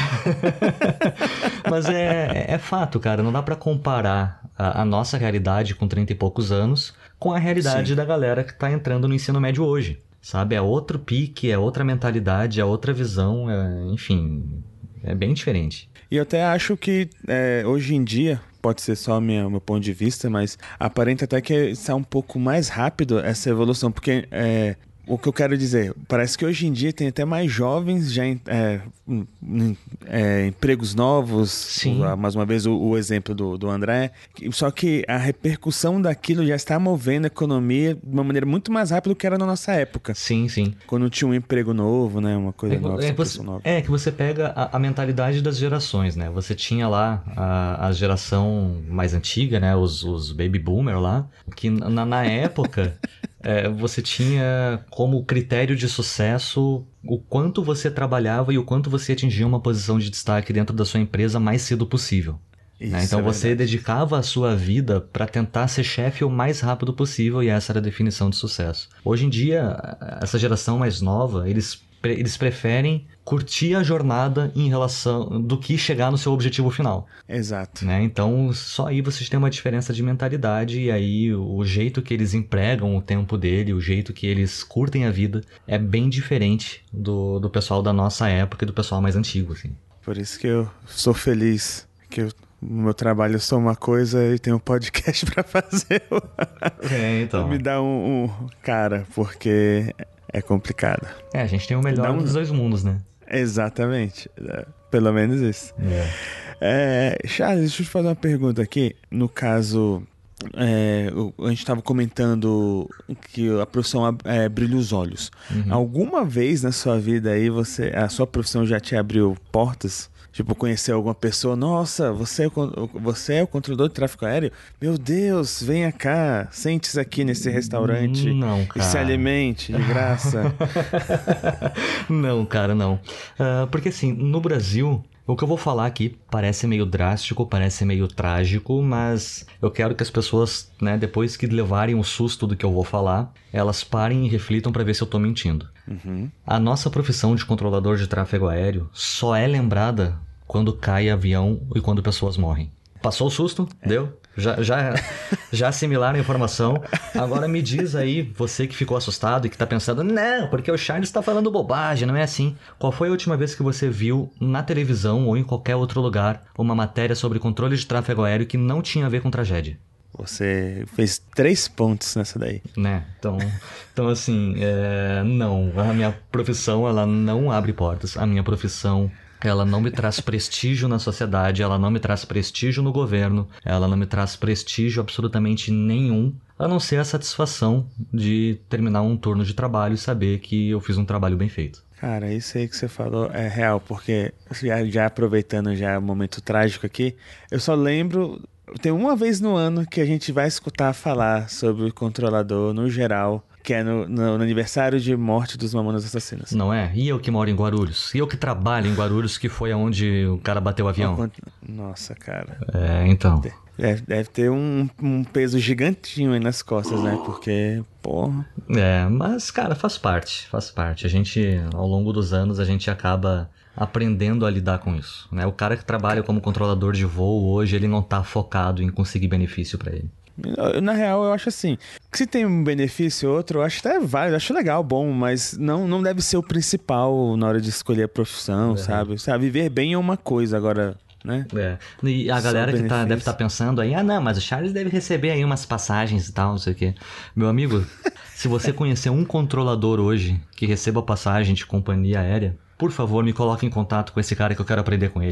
Mas é fato, cara, não dá pra comparar a nossa realidade com 30 e poucos anos com a realidade da galera que tá entrando no ensino médio hoje. Sabe, é outro pique, é outra mentalidade, é outra visão, enfim, é bem diferente. E eu até acho que hoje em dia, pode ser só meu ponto de vista, mas aparenta até que está um pouco mais rápido essa evolução, porque o que eu quero dizer, parece que hoje em dia tem até mais jovens já empregos novos. Sim. Mais uma vez o exemplo do André, só que a repercussão daquilo já está movendo a economia de uma maneira muito mais rápida do que era na nossa época. Sim. Quando tinha um emprego novo, né, uma coisa nova, nova. É que você pega a mentalidade das gerações, né? Você tinha lá a geração mais antiga, né? Os baby boomer lá, que na época você tinha como critério de sucesso o quanto você trabalhava e o quanto você atingia uma posição de destaque dentro da sua empresa mais cedo possível. Né? Então você dedicava a sua vida para tentar ser chefe o mais rápido possível, e essa era a definição de sucesso. Hoje em dia, essa geração mais nova, eles eles preferem curtir a jornada em relação do que chegar no seu objetivo final. Exato. Né? Então, só aí vocês têm uma diferença de mentalidade e aí o jeito que eles empregam o tempo dele, o jeito que eles curtem a vida é bem diferente do pessoal da nossa época e do pessoal mais antigo, assim. Por isso que eu sou feliz que no meu trabalho eu sou uma coisa e tenho um podcast pra fazer. Então. Me dá cara, porque é complicado. A gente tem o melhor dos dois mundos, né? Exatamente. Pelo menos isso. Charles, deixa eu te fazer uma pergunta aqui. No caso, a gente estava comentando que a profissão brilha os olhos. Alguma vez na sua vida aí, a sua profissão já te abriu portas? Tipo, conhecer alguma pessoa, nossa, você é o controlador de tráfego aéreo? Meu Deus, venha cá, sente-se aqui nesse restaurante. Não, cara. E se alimente de graça. Não, cara, não. Porque assim, no Brasil, o que eu vou falar aqui parece meio drástico, parece meio trágico, mas eu quero que as pessoas, né, depois que levarem o susto do que eu vou falar, elas parem e reflitam para ver se eu tô mentindo. A nossa profissão de controlador de tráfego aéreo só é lembrada quando cai avião e quando pessoas morrem. Passou o susto? Deu? Já assimilaram a informação. Agora me diz aí, você que ficou assustado e que tá pensando, não, porque o Charles tá falando bobagem, não é assim. Qual foi a última vez que você viu na televisão ou em qualquer outro lugar uma matéria sobre controle de tráfego aéreo que não tinha a ver com tragédia? Você fez 3 pontos nessa daí. Né? Então assim, não. A minha profissão, ela não abre portas. A minha profissão, ela não me traz prestígio na sociedade, ela não me traz prestígio no governo, ela não me traz prestígio absolutamente nenhum, a não ser a satisfação de terminar um turno de trabalho e saber que eu fiz um trabalho bem feito. Cara, isso aí que você falou é real, porque já aproveitando já o momento trágico aqui, eu só lembro, tem uma vez no ano que a gente vai escutar falar sobre o controlador no geral, que é no aniversário de morte dos Mamonas Assassinos. Não é? E eu que moro em Guarulhos? E eu que trabalho em Guarulhos, que foi aonde o cara bateu o avião? Nossa, cara. Então. Deve ter um peso gigantinho aí nas costas, né? Porque, porra... Mas, cara, faz parte. A gente, ao longo dos anos, a gente acaba aprendendo a lidar com isso, né? O cara que trabalha como controlador de voo hoje, ele não tá focado em conseguir benefício pra ele. Na real, eu acho assim, que se tem um benefício ou outro, eu acho até válido, eu acho legal, bom, mas não deve ser o principal na hora de escolher a profissão, sabe? Viver bem é uma coisa, agora, né? E a galera que deve estar pensando aí, não, mas o Charles deve receber aí umas passagens e tal, não sei o quê. Meu amigo, se você conhecer um controlador hoje que receba passagem de companhia aérea, por favor, me coloque em contato com esse cara que eu quero aprender com ele.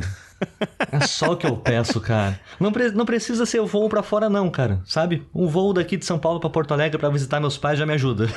É só o que eu peço, cara. Não precisa ser o voo pra fora não, cara. Sabe? Um voo daqui de São Paulo pra Porto Alegre pra visitar meus pais já me ajuda.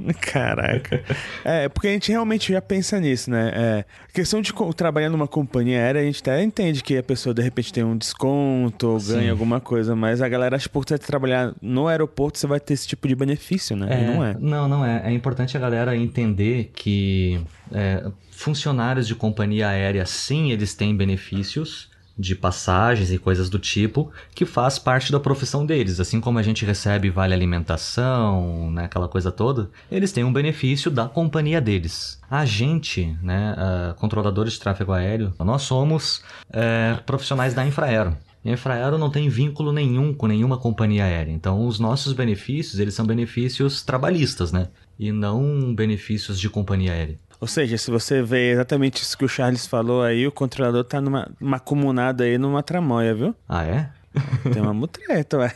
Caraca. Porque a gente realmente já pensa nisso, né? Questão de trabalhar numa companhia aérea, a gente até entende que a pessoa de repente tem um desconto ou ganha alguma coisa, mas a galera acha que por você trabalhar no aeroporto você vai ter esse tipo de benefício, né? E não é. Não é. É importante a galera entender que funcionários de companhia aérea, sim, eles têm benefícios de passagens e coisas do tipo, que faz parte da profissão deles. Assim como a gente recebe vale alimentação, né, aquela coisa toda, eles têm um benefício da companhia deles. A gente, né, controladores de tráfego aéreo, nós somos profissionais da Infraero. E a Infraero não tem vínculo nenhum com nenhuma companhia aérea. Então, os nossos benefícios, eles são benefícios trabalhistas, né? E não benefícios de companhia aérea. Ou seja, se você vê exatamente isso que o Charles falou aí, o controlador tá numa comunada aí numa tramóia, viu? Ah, é? Tem uma mutreta, ué.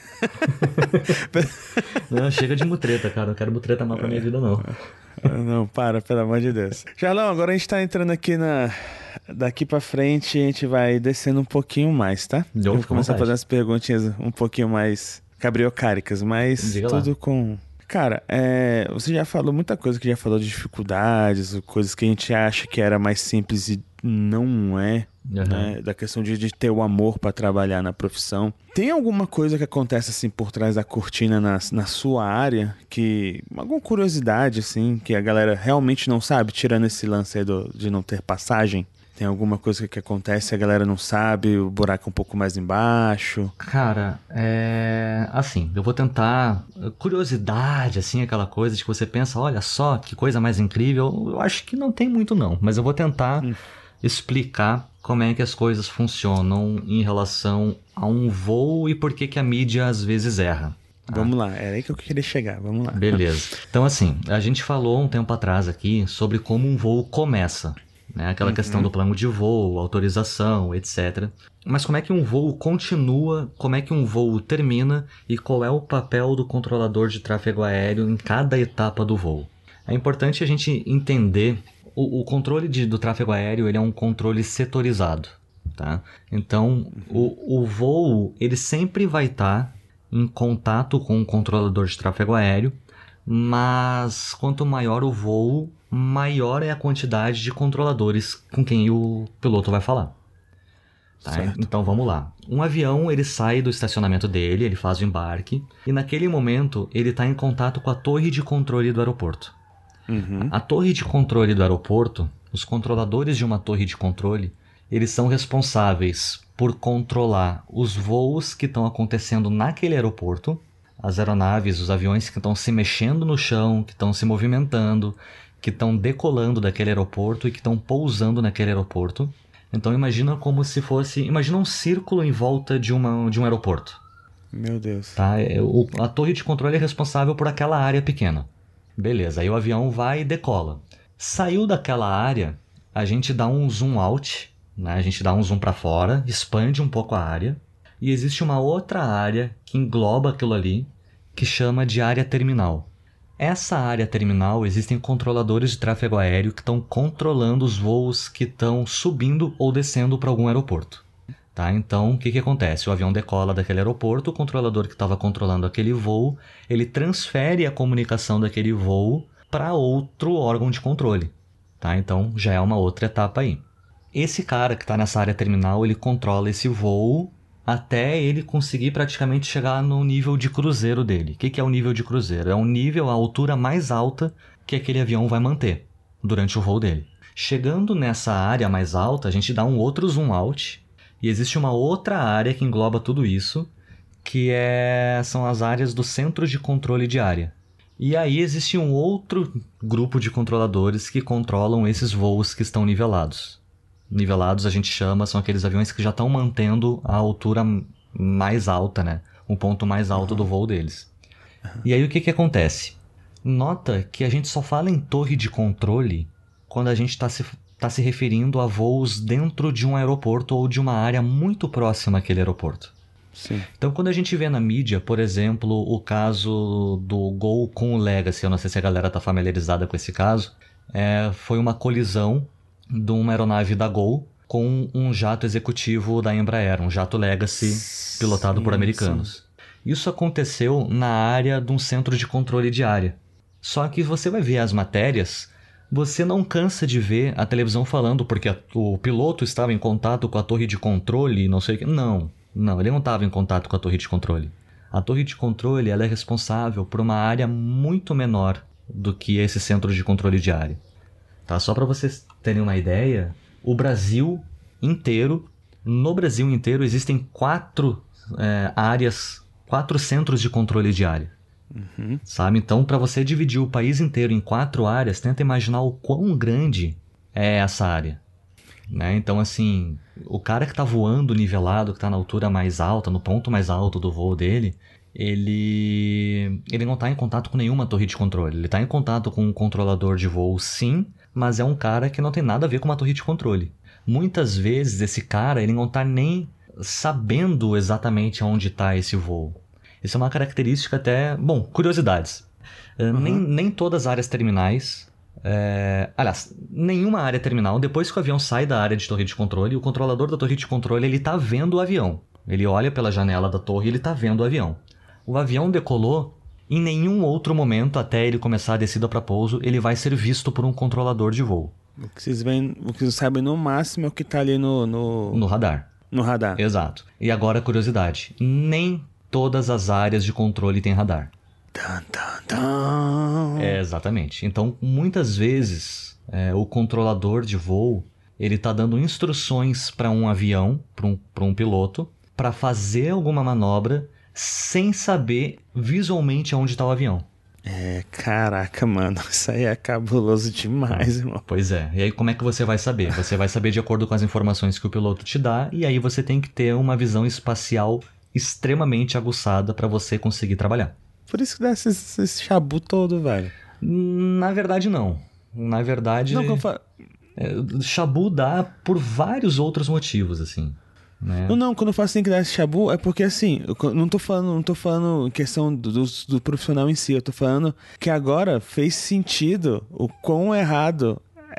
Não, chega de mutreta, cara. Não quero mutreta mal pra minha vida, não. Não, pelo amor de Deus. Charlão, agora a gente tá entrando aqui daqui pra frente, a gente vai descendo um pouquinho mais, tá? Eu vou começar a fazer as perguntinhas um pouquinho mais cabriocáricas, mas diga tudo lá. com... Cara, você já falou muita coisa, que já falou de dificuldades, coisas que a gente acha que era mais simples e não é, né? Da questão de ter o amor pra trabalhar na profissão. Tem alguma coisa que acontece assim por trás da cortina na sua área, alguma curiosidade assim, que a galera realmente não sabe, tirando esse lance aí de não ter passagem? Tem alguma coisa que acontece e a galera não sabe, o buraco é um pouco mais embaixo? Cara, assim, eu vou tentar... Curiosidade, assim, aquela coisa de que você pensa, olha só, que coisa mais incrível. Eu acho que não tem muito não, mas eu vou tentar explicar como é que as coisas funcionam em relação a um voo e por que que a mídia às vezes erra. Vamos lá, era aí que eu queria chegar, vamos lá. Beleza. Então, assim, a gente falou um tempo atrás aqui sobre como um voo começa, né? Aquela questão do plano de voo, autorização, etc. Mas como é que um voo continua, como é que um voo termina e qual é o papel do controlador de tráfego aéreo em cada etapa do voo? É importante a gente entender, o controle do tráfego aéreo, ele é um controle setorizado, tá? Então, o voo, ele sempre vai estar em contato com o controlador de tráfego aéreo, mas quanto maior o voo, maior é a quantidade de controladores com quem o piloto vai falar. Tá? Então vamos lá. Um avião, ele sai do estacionamento dele, ele faz o embarque, e naquele momento ele está em contato com a torre de controle do aeroporto. A torre de controle do aeroporto, os controladores de uma torre de controle, eles são responsáveis por controlar os voos que estão acontecendo naquele aeroporto, as aeronaves, os aviões que estão se mexendo no chão, que estão se movimentando, que estão decolando daquele aeroporto e que estão pousando naquele aeroporto. Então imagina como se fosse... Imagina um círculo em volta de um aeroporto. Meu Deus. Tá? A torre de controle é responsável por aquela área pequena. Beleza, aí o avião vai e decola. Saiu daquela área, a gente dá um zoom out, né? A gente dá um zoom para fora, expande um pouco a área, e existe uma outra área que engloba aquilo ali, que chama de área terminal. Essa área terminal, existem controladores de tráfego aéreo que estão controlando os voos que estão subindo ou descendo para algum aeroporto. Tá? Então, o que acontece? O avião decola daquele aeroporto, o controlador que estava controlando aquele voo, ele transfere a comunicação daquele voo para outro órgão de controle. Tá? Então, já é uma outra etapa aí. Esse cara que está nessa área terminal, ele controla esse voo até ele conseguir praticamente chegar no nível de cruzeiro dele. O que é o nível de cruzeiro? É um nível, a altura mais alta que aquele avião vai manter durante o voo dele. Chegando nessa área mais alta, a gente dá um outro zoom out e existe uma outra área que engloba tudo isso, que são as áreas do centro de controle de área. E aí existe um outro grupo de controladores que controlam esses voos que estão nivelados. Nivelados a gente chama, são aqueles aviões que já estão mantendo a altura mais alta, né? O ponto mais alto do voo deles. E aí o que acontece? Nota que a gente só fala em torre de controle quando a gente está se referindo a voos dentro de um aeroporto ou de uma área muito próxima àquele aeroporto. Sim. Então quando a gente vê na mídia, por exemplo, o caso do Gol com o Legacy, eu não sei se a galera está familiarizada com esse caso, foi uma colisão de uma aeronave da Gol com um jato executivo da Embraer, um jato Legacy pilotado por americanos. Isso aconteceu na área de um centro de controle de área. Só que você vai ver as matérias, você não cansa de ver a televisão falando porque o piloto estava em contato com a torre de controle, não sei o que. Não, ele não estava em contato com a torre de controle. A torre de controle ela é responsável por uma área muito menor do que esse centro de controle de área. Tá? Só para vocês terem uma ideia, no Brasil inteiro existem 4 centros de controle de área. Sabe? Então, para você dividir o país inteiro em 4 áreas, tenta imaginar o quão grande é essa área. Né? Então, assim, o cara que está voando nivelado, que está na altura mais alta, no ponto mais alto do voo dele, ele não está em contato com nenhuma torre de controle. Ele está em contato com um controlador de voo, sim, mas é um cara que não tem nada a ver com uma torre de controle. Muitas vezes esse cara ele não está nem sabendo exatamente onde está esse voo. Isso é uma característica até... Bom, curiosidades. Nem todas as áreas terminais... aliás, nenhuma área terminal, depois que o avião sai da área de torre de controle, o controlador da torre de controle ele está vendo o avião. Ele olha pela janela da torre e ele está vendo o avião. O avião decolou... Em nenhum outro momento, até ele começar a descida para pouso, ele vai ser visto por um controlador de voo. O que vocês sabem no máximo é o que está ali no radar. No radar. Exato. E agora, curiosidade. Nem todas as áreas de controle têm radar. Exatamente. Então, muitas vezes, o controlador de voo, ele tá dando instruções para um avião, para um piloto, para fazer alguma manobra sem saber visualmente aonde tá o avião. Caraca, mano, isso aí é cabuloso demais, irmão. Pois é. E aí como é que você vai saber? Você vai saber de acordo com as informações que o piloto te dá, e aí você tem que ter uma visão espacial extremamente aguçada para você conseguir trabalhar. Por isso que dá esse chabu todo, velho. Na verdade, não. Na verdade, Não, chabu dá por vários outros motivos, assim. Né? Não, quando eu falo assim que dá esse chabu, é porque assim, eu não tô falando em questão do profissional em si, eu tô falando que agora fez sentido o quão errado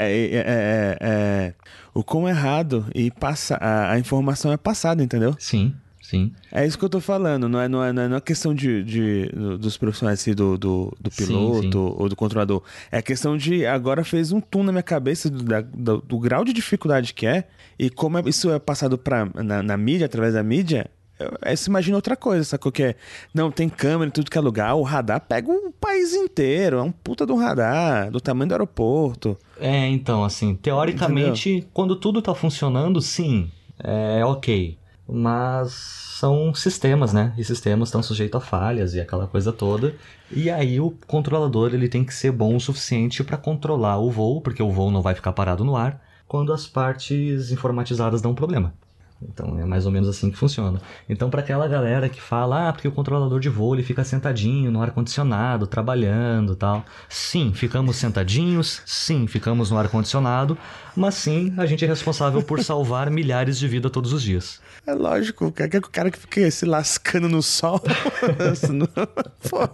o quão errado e a informação é passada, entendeu? Sim. É isso que eu tô falando, não é questão dos profissionais assim, do piloto ou do controlador. É questão de agora fez um tum na minha cabeça do grau de dificuldade que é e como isso é passado na mídia, através da mídia. Você imagina outra coisa, sacou? Que não, tem câmera em tudo que é lugar, o radar pega um país inteiro, é um puta de um radar, do tamanho do aeroporto. Então, assim, teoricamente, entendeu? Quando tudo tá funcionando, sim, é ok. Mas são sistemas, né? E sistemas estão sujeitos a falhas e aquela coisa toda. E aí o controlador ele tem que ser bom o suficiente para controlar o voo, porque o voo não vai ficar parado no ar quando as partes informatizadas dão problema. Então é mais ou menos assim que funciona. Então para aquela galera que fala, porque o controlador de voo ele fica sentadinho no ar-condicionado, trabalhando e tal. Sim, ficamos sentadinhos, sim, ficamos no ar-condicionado, mas sim, a gente é responsável por salvar milhares de vidas todos os dias. É lógico, o cara que fica se lascando no sol. Pô.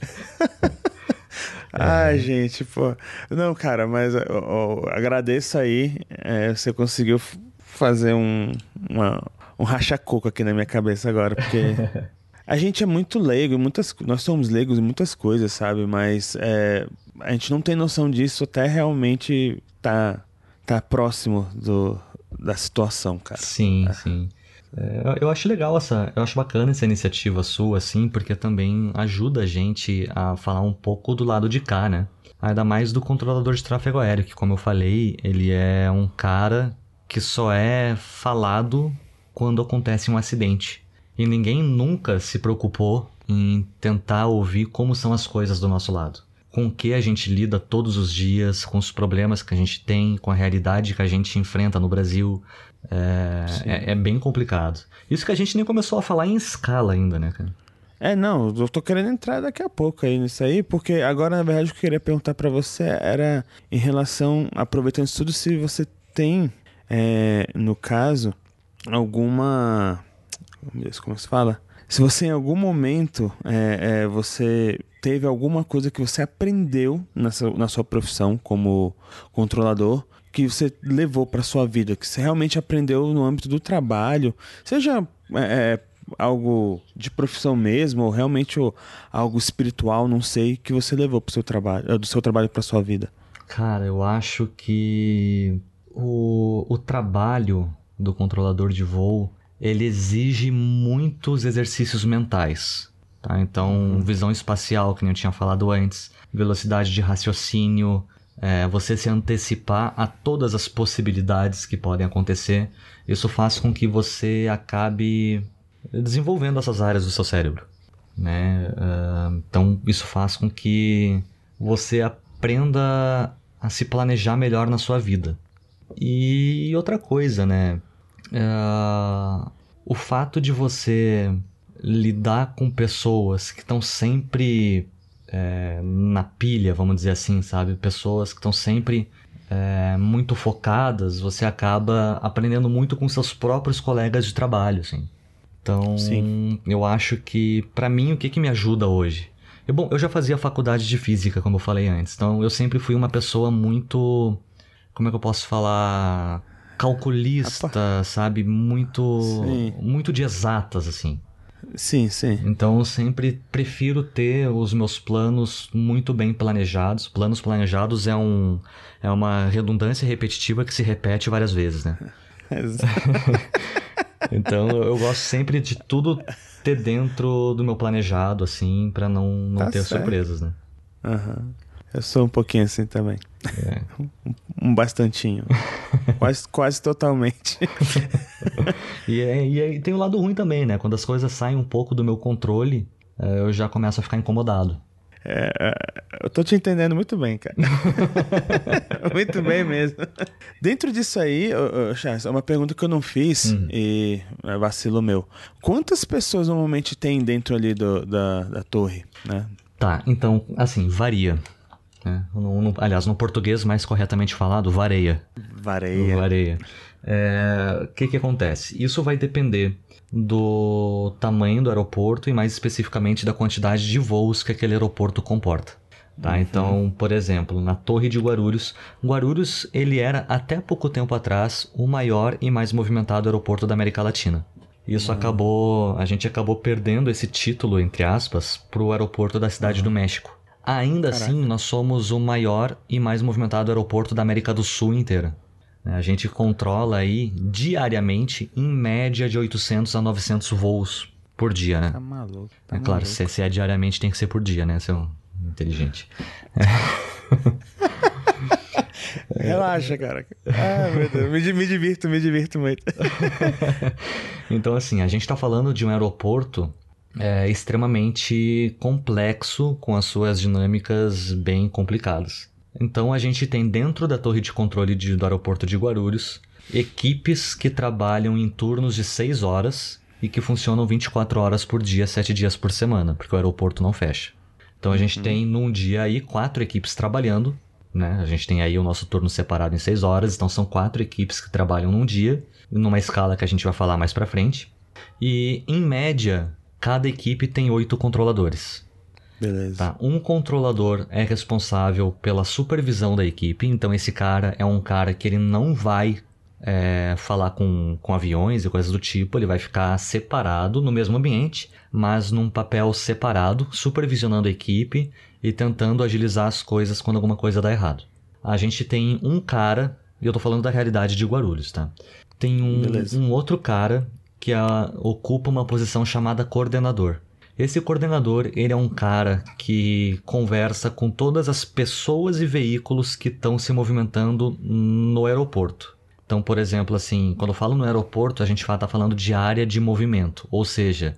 Ai, gente, pô. Não, cara, mas eu agradeço aí. Você conseguiu fazer um racha-coco aqui na minha cabeça agora, porque a gente é muito leigo, nós somos leigos em muitas coisas, sabe? Mas a gente não tem noção disso até realmente tá próximo da situação, cara. Sim. Eu acho legal eu acho bacana essa iniciativa sua, assim, porque também ajuda a gente a falar um pouco do lado de cá, né? Ainda mais do controlador de tráfego aéreo, que como eu falei, ele é um cara que só é falado quando acontece um acidente. E ninguém nunca se preocupou em tentar ouvir como são as coisas do nosso lado. Com o que a gente lida todos os dias, com os problemas que a gente tem, com a realidade que a gente enfrenta no Brasil. É bem complicado. Isso que a gente nem começou a falar em escala ainda, né, cara? Não, eu tô querendo entrar daqui a pouco aí nisso aí, porque agora, na verdade, o que eu queria perguntar pra você era em relação, aproveitando isso tudo, se você tem, no caso, alguma... Meu Deus, como se fala? Se você em algum momento, você teve alguma coisa que você aprendeu na sua profissão como controlador, que você levou para sua vida, que você realmente aprendeu no âmbito do trabalho, seja algo de profissão mesmo, ou realmente algo espiritual, não sei, que você levou pro seu trabalho, do seu trabalho para sua vida. Cara, eu acho que o trabalho do controlador de voo, ele exige muitos exercícios mentais. Tá? Então, visão espacial, que nem eu tinha falado antes, velocidade de raciocínio, você se antecipar a todas as possibilidades que podem acontecer. Isso faz com que você acabe desenvolvendo essas áreas do seu cérebro, né? Então, isso faz com que você aprenda a se planejar melhor na sua vida. E outra coisa, né? O fato de você lidar com pessoas que estão sempre na pilha, vamos dizer assim, sabe? Pessoas que estão sempre muito focadas, você acaba aprendendo muito com seus próprios colegas de trabalho, assim. Então, sim, eu acho que, pra mim, o que me ajuda hoje? Eu já fazia faculdade de física, como eu falei antes. Então, eu sempre fui uma pessoa muito... Como é que eu posso falar? Calculista, sabe? Muito de exatas, assim. Sim. Então eu sempre prefiro ter os meus planos muito bem planejados. Planos planejados é uma redundância repetitiva que se repete várias vezes, né? Então eu gosto sempre de tudo ter dentro do meu planejado, assim, pra não ter surpresas, né? Uhum. Eu sou um pouquinho assim também. É. Um bastantinho. Quase totalmente. E aí tem o lado ruim também, né? Quando as coisas saem um pouco do meu controle, eu já começo a ficar incomodado. Eu tô te entendendo muito bem, cara. Muito bem mesmo. Dentro disso aí, Charles, é uma pergunta que eu não fiz e é vacilo meu. Quantas pessoas normalmente tem dentro ali da torre, né? Tá, então, assim, varia. Né? Aliás, no português mais corretamente falado, vareia. Vareia. O que acontece? Isso vai depender do tamanho do aeroporto e mais especificamente da quantidade de voos que aquele aeroporto comporta. Tá? Então, por exemplo, na Torre de Guarulhos, ele era até pouco tempo atrás o maior e mais movimentado aeroporto da América Latina. Isso a gente acabou perdendo esse título, entre aspas, para o aeroporto da Cidade do México. Ainda assim, nós somos o maior e mais movimentado aeroporto da América do Sul inteira. A gente controla aí diariamente, em média, de 800 a 900 voos por dia, né? Tá maluco. Claro, se é diariamente, tem que ser por dia, né? Seu inteligente. Relaxa, cara. Meu Deus. Me divirto muito. Então, assim, a gente tá falando de um aeroporto extremamente complexo, com as suas dinâmicas bem complicadas. Então, a gente tem dentro da torre de controle do aeroporto de Guarulhos equipes que trabalham em turnos de 6 horas e que funcionam 24 horas por dia, 7 dias por semana, porque o aeroporto não fecha. Então, a gente tem num dia aí 4 equipes trabalhando, né? A gente tem aí o nosso turno separado em 6 horas, então são 4 equipes que trabalham num dia, numa escala que a gente vai falar mais pra frente. E, em média, cada equipe tem 8 controladores. Beleza. Tá? Um controlador é responsável pela supervisão da equipe, então esse cara é um cara que ele não vai falar com aviões e coisas do tipo, ele vai ficar separado no mesmo ambiente, mas num papel separado, supervisionando a equipe e tentando agilizar as coisas quando alguma coisa dá errado. A gente tem um cara, e eu tô falando da realidade de Guarulhos, tá? Tem um outro cara que ocupa uma posição chamada coordenador. Esse coordenador, ele é um cara que conversa com todas as pessoas e veículos que estão se movimentando no aeroporto. Então, por exemplo, assim, quando eu falo no aeroporto, a gente tá falando de área de movimento, ou seja,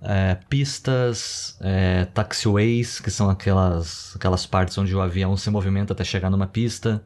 pistas, taxiways, que são aquelas partes onde o avião se movimenta até chegar numa pista,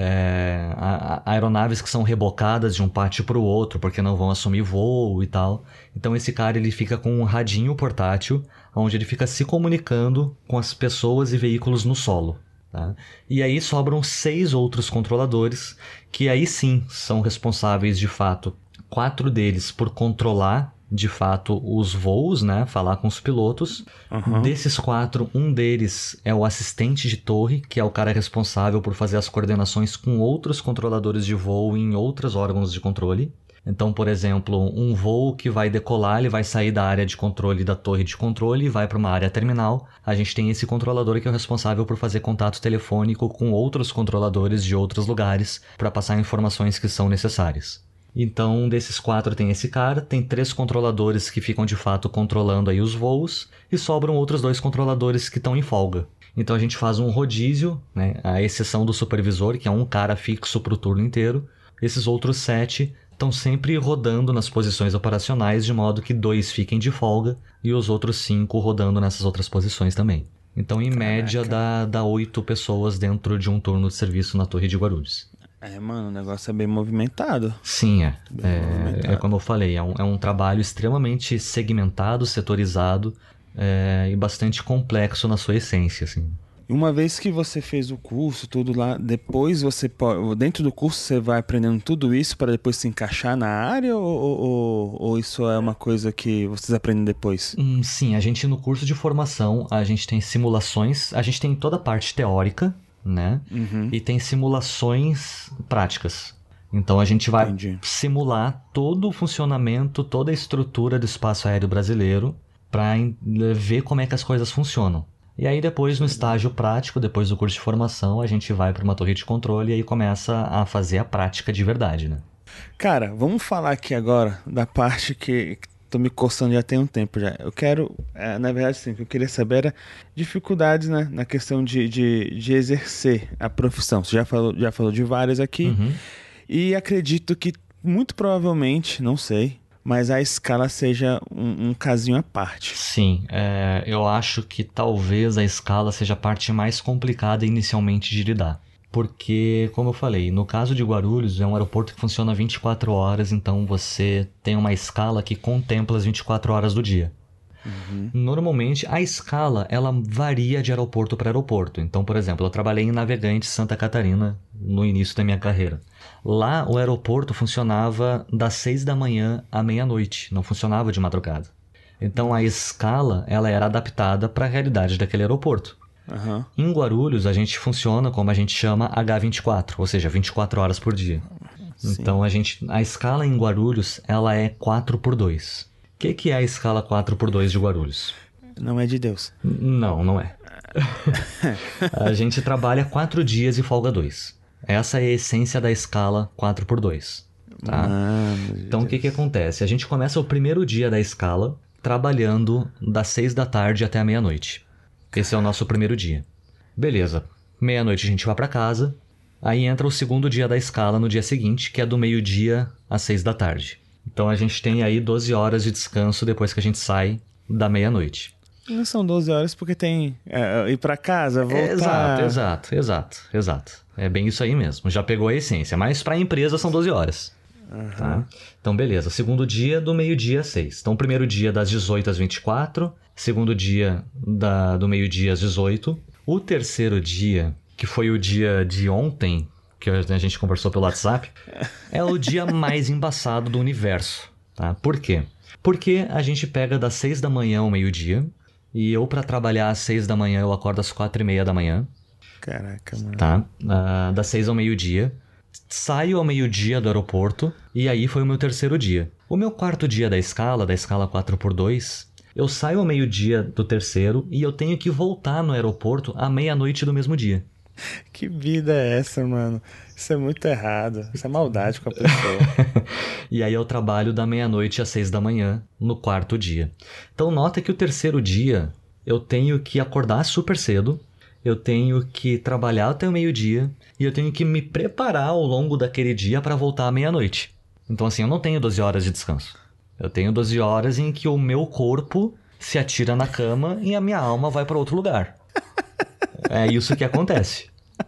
aeronaves que são rebocadas de um pátio para o outro porque não vão assumir voo e tal. Então esse cara ele fica com um radinho portátil onde ele fica se comunicando com as pessoas e veículos no solo. Tá? E aí sobram 6 outros controladores que aí sim são responsáveis de fato, 4 deles por controlar de fato os voos, né? Falar com os pilotos. Desses 4, um deles é o assistente de torre, que é o cara responsável por fazer as coordenações com outros controladores de voo em outros órgãos de controle. Então, por exemplo, um voo que vai decolar, ele vai sair da área de controle da torre de controle e vai para uma área terminal. A gente tem esse controlador que é o responsável por fazer contato telefônico com outros controladores de outros lugares para passar informações que são necessárias. Então, desses 4 tem esse cara, tem 3 controladores que ficam de fato controlando aí os voos e sobram outros 2 controladores que estão em folga. Então a gente faz um rodízio, né, à exceção do supervisor, que é um cara fixo para o turno inteiro. Esses outros 7 estão sempre rodando nas posições operacionais, de modo que 2 fiquem de folga e os outros 5 rodando nessas outras posições também. Então, em média, dá 8 pessoas dentro de um turno de serviço na Torre de Guarulhos. Mano, o negócio é bem movimentado. Sim, é como eu falei, é um trabalho extremamente segmentado, setorizado e bastante complexo na sua essência, assim. Uma vez que você fez o curso, tudo lá, depois dentro do curso você vai aprendendo tudo isso para depois se encaixar na área ou isso é uma coisa que vocês aprendem depois? Sim, a gente no curso de formação, a gente tem simulações, a gente tem toda a parte teórica, né? E tem simulações práticas. Então a gente vai simular todo o funcionamento, toda a estrutura do espaço aéreo brasileiro para ver como é que as coisas funcionam. E aí depois no estágio prático, depois do curso de formação, a gente vai para uma torre de controle e aí começa a fazer a prática de verdade, né? Cara, vamos falar aqui agora da parte que tô me coçando já tem um tempo já. Eu quero, na verdade, sim, o que eu queria saber era dificuldades, né, na questão de exercer a profissão. Você já falou de várias aqui, Uhum. e acredito que, muito provavelmente, não sei, mas a escala seja um casinho à parte. Sim, eu acho que talvez a escala seja a parte mais complicada inicialmente de lidar. Porque, como eu falei, no caso de Guarulhos, é um aeroporto que funciona 24 horas, então você tem uma escala que contempla as 24 horas do dia. Normalmente, a escala, ela varia de aeroporto para aeroporto. Então, por exemplo, eu trabalhei em Navegantes, Santa Catarina, no início da minha carreira. Lá, o aeroporto funcionava das 6 da manhã à meia-noite, não funcionava de madrugada. Então, a escala, ela era adaptada para a realidade daquele aeroporto. Aham. Em Guarulhos, a gente funciona como a gente chama H24, ou seja, 24 horas por dia. Sim. Então, a escala em Guarulhos, ela é 4x2. O que é a escala 4x2 de Guarulhos? Não é de Deus. Não, não é. A gente trabalha 4 dias e folga 2. Essa é a essência da escala 4x2. Tá? Mano de Então, o que Deus. acontece? A gente começa o primeiro dia da escala trabalhando das 6 da tarde até a meia-noite. Esse é o nosso primeiro dia. Beleza. Meia-noite a gente vai para casa. Aí entra o segundo dia da escala no dia seguinte, que é do meio-dia às 6 da tarde. Então a gente tem aí 12 horas de descanso depois que a gente sai da meia-noite. Não são 12 horas porque tem ir pra casa, voltar. Exato. É bem isso aí mesmo. Já pegou a essência. Mas para a empresa são 12 horas. Tá? Então, beleza. Segundo dia, do meio-dia às 6. Então, primeiro dia das 18 às 24. Segundo dia do meio-dia às 18. O terceiro dia, que foi o dia de ontem, que a gente conversou pelo WhatsApp, é o dia mais embaçado do universo. Tá? Por quê? Porque a gente pega das 6 da manhã ao meio-dia. E eu, para trabalhar às 6 da manhã, eu acordo às 4h30 da manhã. Caraca, mano. Tá? Das 6 ao meio-dia. Saio ao meio-dia do aeroporto. E aí foi o meu terceiro dia. O meu quarto dia da escala 4x2, eu saio ao meio-dia do terceiro e eu tenho que voltar no aeroporto à meia-noite do mesmo dia. Que vida é essa, mano? Isso é muito errado. Isso é maldade com a pessoa. E aí eu trabalho da meia-noite às 6 da manhã no quarto dia. Então nota que o terceiro dia eu tenho que acordar super cedo, eu tenho que trabalhar até o meio-dia e eu tenho que me preparar ao longo daquele dia para voltar à meia-noite. Então assim, eu não tenho 12 horas de descanso. Eu tenho 12 horas em que o meu corpo se atira na cama e a minha alma vai para outro lugar. É isso que acontece.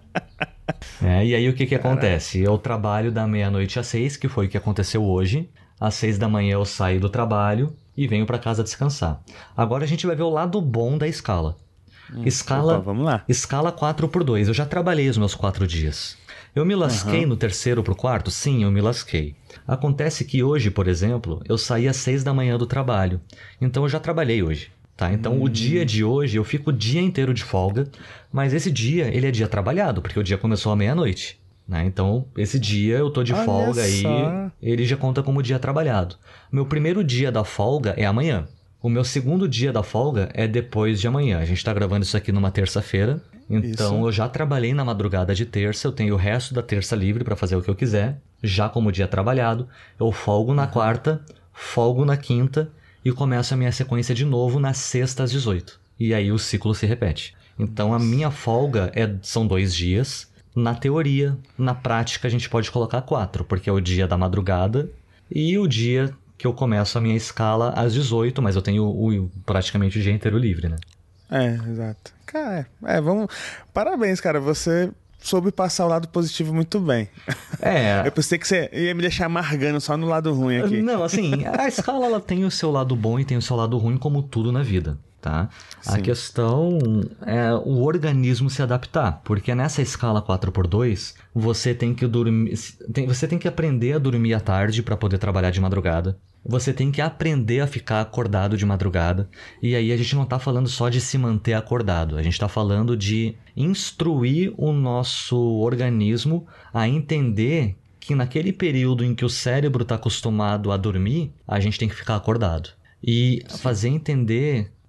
E aí o que acontece? Eu trabalho da meia-noite às 6, que foi o que aconteceu hoje. Às 6 da manhã eu saio do trabalho e venho para casa descansar. Agora a gente vai ver o lado bom da escala. Opa, vamos lá. Escala 4x2. Eu já trabalhei os meus 4 dias. Eu me lasquei no terceiro pro quarto? Sim, eu me lasquei. Acontece que hoje, por exemplo, eu saí às 6 da manhã do trabalho. Então eu já trabalhei hoje. Tá? Então o dia de hoje eu fico o dia inteiro de folga, mas esse dia ele é dia trabalhado, porque o dia começou à meia-noite. Né? Então esse dia eu tô de Olha folga só. aí, ele já conta como dia trabalhado. Meu primeiro dia da folga é amanhã. O meu segundo dia da folga é depois de amanhã. A gente tá gravando isso aqui numa terça-feira. Então Isso. eu já trabalhei na madrugada de terça, eu tenho o resto da terça livre para fazer o que eu quiser, já como dia trabalhado. Eu folgo na quarta, folgo na quinta e começo a minha sequência de novo na sexta às 18. E aí o ciclo se repete. Então a minha folga são 2 dias. Na teoria, na prática a gente pode colocar 4, porque é o dia da madrugada e o dia que eu começo a minha escala às 18, mas eu tenho praticamente o dia inteiro livre, né? Exato. Cara, vamos... Parabéns, cara. Você soube passar o lado positivo muito bem. Eu pensei que você ia me deixar amargando só no lado ruim aqui. Não, assim, a escala ela tem o seu lado bom e tem o seu lado ruim, como tudo na vida, tá? Sim. A questão é o organismo se adaptar, porque nessa escala 4x2, você tem que dormir, você tem que aprender a dormir à tarde para poder trabalhar de madrugada. Você tem que aprender a ficar acordado de madrugada. E aí a gente não tá falando só de se manter acordado. A gente tá falando de instruir o nosso organismo a entender que naquele período em que o cérebro está acostumado a dormir, a gente tem que ficar acordado. E fazer entender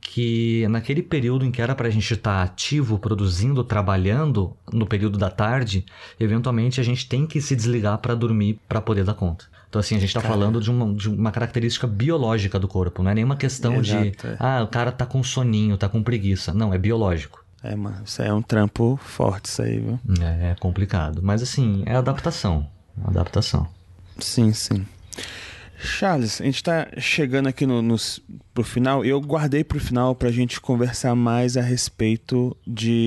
que naquele período em que era pra gente estar ativo, produzindo, trabalhando, no período da tarde, eventualmente a gente tem que se desligar pra dormir pra poder dar conta. Então assim, a gente tá falando de uma característica biológica do corpo, não é nenhuma questão de, o cara tá com soninho, tá com preguiça. Não, é biológico. Mano, isso aí é um trampo forte, isso aí, viu? É complicado, mas assim, é adaptação. Sim. Charles, a gente tá chegando aqui pro final, e eu guardei pro final pra gente conversar mais a respeito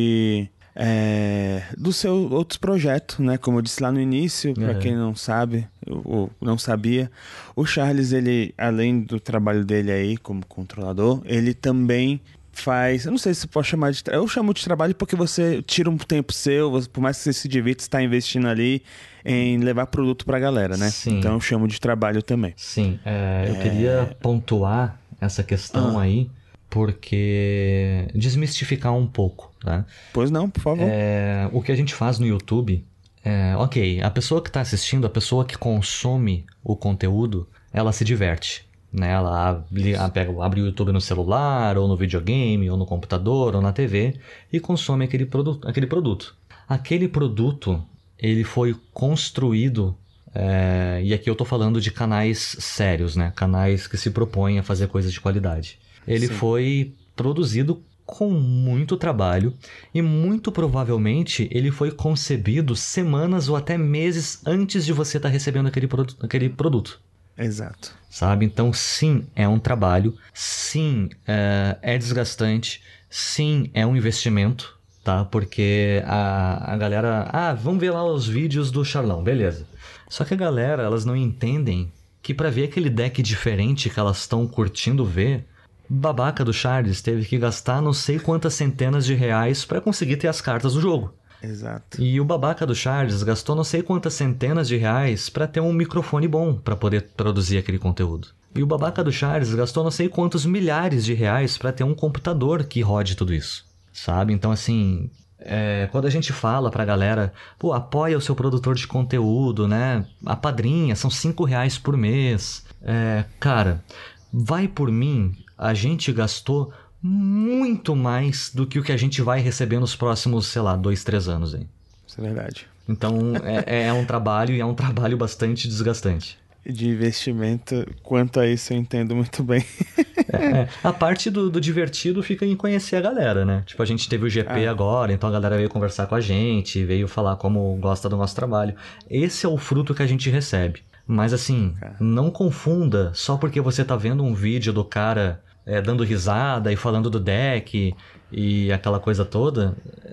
do seu outros projetos, né? Como eu disse lá no início, pra quem não sabe, ou não sabia, o Charles, ele, além do trabalho dele aí como controlador, ele também faz, eu não sei se pode chamar de... Eu chamo de trabalho porque você tira um tempo seu, por mais que você se divirta, você está investindo ali em levar produto pra galera, né? Sim. Então eu chamo de trabalho também. Sim, eu queria pontuar essa questão aí, porque desmistificar um pouco, tá? Pois não, por favor. O que a gente faz no YouTube, a pessoa que está assistindo, a pessoa que consome o conteúdo, ela se diverte. Né? Ela abre o YouTube no celular, ou no videogame, ou no computador, ou na TV, e consome aquele produto. Aquele produto, ele foi construído, e aqui eu estou falando de canais sérios, né? Canais que se propõem a fazer coisas de qualidade. Ele foi produzido com muito trabalho, e muito provavelmente ele foi concebido semanas ou até meses antes de você estar recebendo aquele produto. Exato. Sabe? Então, sim, é um trabalho. Sim, é desgastante. Sim, é um investimento, tá? Porque a galera... vamos ver lá os vídeos do Charlão. Beleza. Só que a galera, elas não entendem que pra ver aquele deck diferente que elas estão curtindo ver, babaca do Charles teve que gastar não sei quantas centenas de reais pra conseguir ter as cartas do jogo. Exato. E o babaca do Charles gastou não sei quantas centenas de reais pra ter um microfone bom pra poder produzir aquele conteúdo. E o babaca do Charles gastou não sei quantos milhares de reais pra ter um computador que rode tudo isso. Sabe? Então, assim, quando a gente fala pra galera, apoia o seu produtor de conteúdo, né? A padrinha, são R$5 por mês. Cara, vai por mim, a gente gastou muito mais do que o que a gente vai receber nos próximos, 2, 3 anos aí. Isso é verdade. Então, é um trabalho, e é um trabalho bastante desgastante. De investimento, quanto a isso eu entendo muito bem. A parte do divertido fica em conhecer a galera, né? Tipo, a gente teve o GP agora, então a galera veio conversar com a gente, veio falar como gosta do nosso trabalho. Esse é o fruto que a gente recebe. Mas assim, não confunda só porque você tá vendo um vídeo do cara... dando risada e falando do deck e aquela coisa toda.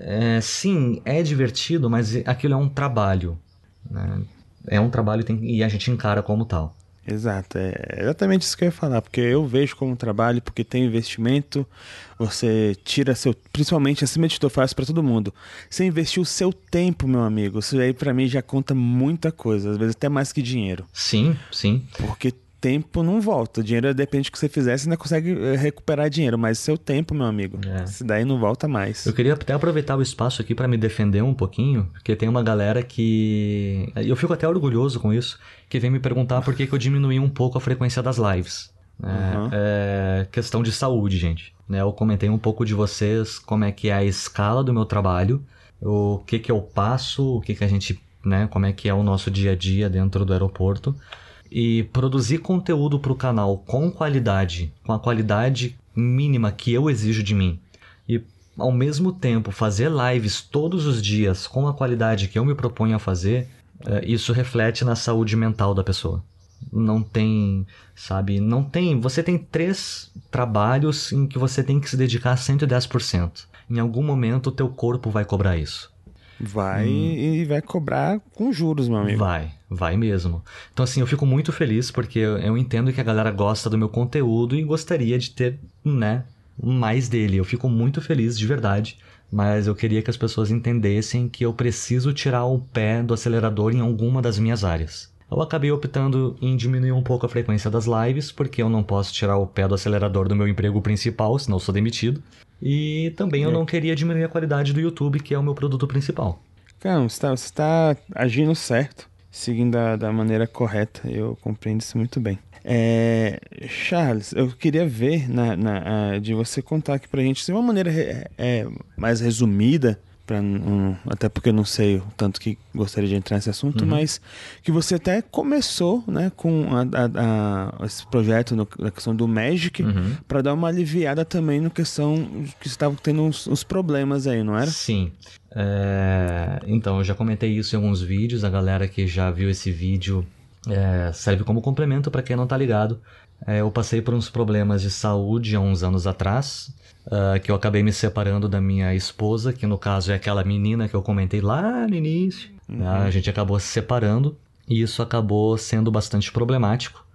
Sim, é divertido, mas aquilo é um trabalho, né? É um trabalho e a gente encara como tal. Exato, é exatamente isso que eu ia falar, porque eu vejo como um trabalho, porque tem investimento, você tira principalmente, acima de tudo, eu faço pra todo mundo, você investiu o seu tempo, meu amigo, isso aí pra mim já conta muita coisa, às vezes até mais que dinheiro. Sim. Porque tempo não volta. O dinheiro depende do que você fizer, você ainda consegue recuperar dinheiro, mas seu tempo, meu amigo, se daí não volta mais. Eu queria até aproveitar o espaço aqui para me defender um pouquinho, porque tem uma galera que... Eu fico até orgulhoso com isso, que vem me perguntar por que eu diminui um pouco a frequência das lives. É questão de saúde, gente. Eu comentei um pouco de vocês, como é que é a escala do meu trabalho, o que eu passo, o que a gente... como é que é o nosso dia a dia dentro do aeroporto. E produzir conteúdo para o canal com qualidade, com a qualidade mínima que eu exijo de mim, e ao mesmo tempo fazer lives todos os dias com a qualidade que eu me proponho a fazer, isso reflete na saúde mental da pessoa. Não tem, você tem 3 trabalhos em que você tem que se dedicar 110%. Em algum momento o teu corpo vai cobrar isso. E vai cobrar com juros, meu amigo. Vai mesmo. Então assim, eu fico muito feliz porque eu entendo que a galera gosta do meu conteúdo e gostaria de ter, mais dele. Eu fico muito feliz, de verdade. Mas eu queria que as pessoas entendessem que eu preciso tirar o pé do acelerador em alguma das minhas áreas. Eu acabei optando em diminuir um pouco a frequência das lives, porque eu não posso tirar o pé do acelerador do meu emprego principal, senão eu sou demitido. E também eu não queria diminuir a qualidade do YouTube, que é o meu produto principal. Então, você está agindo certo. seguindo da maneira correta. Eu compreendo isso muito bem. Charles, eu queria ver de você contar aqui pra gente de uma maneira mais resumida, até porque eu não sei o tanto que gostaria de entrar nesse assunto, mas que você até começou, né, com esse projeto na questão do Magic, para dar uma aliviada também na questão que você estava tendo uns problemas aí, não era? Sim. Então, eu já comentei isso em alguns vídeos. A galera que já viu esse vídeo serve como complemento para quem não tá ligado. Eu passei por uns problemas de saúde há uns anos atrás, que eu acabei me separando da minha esposa, que no caso é aquela menina que eu comentei lá no início. A gente acabou se separando e isso acabou sendo bastante problemático.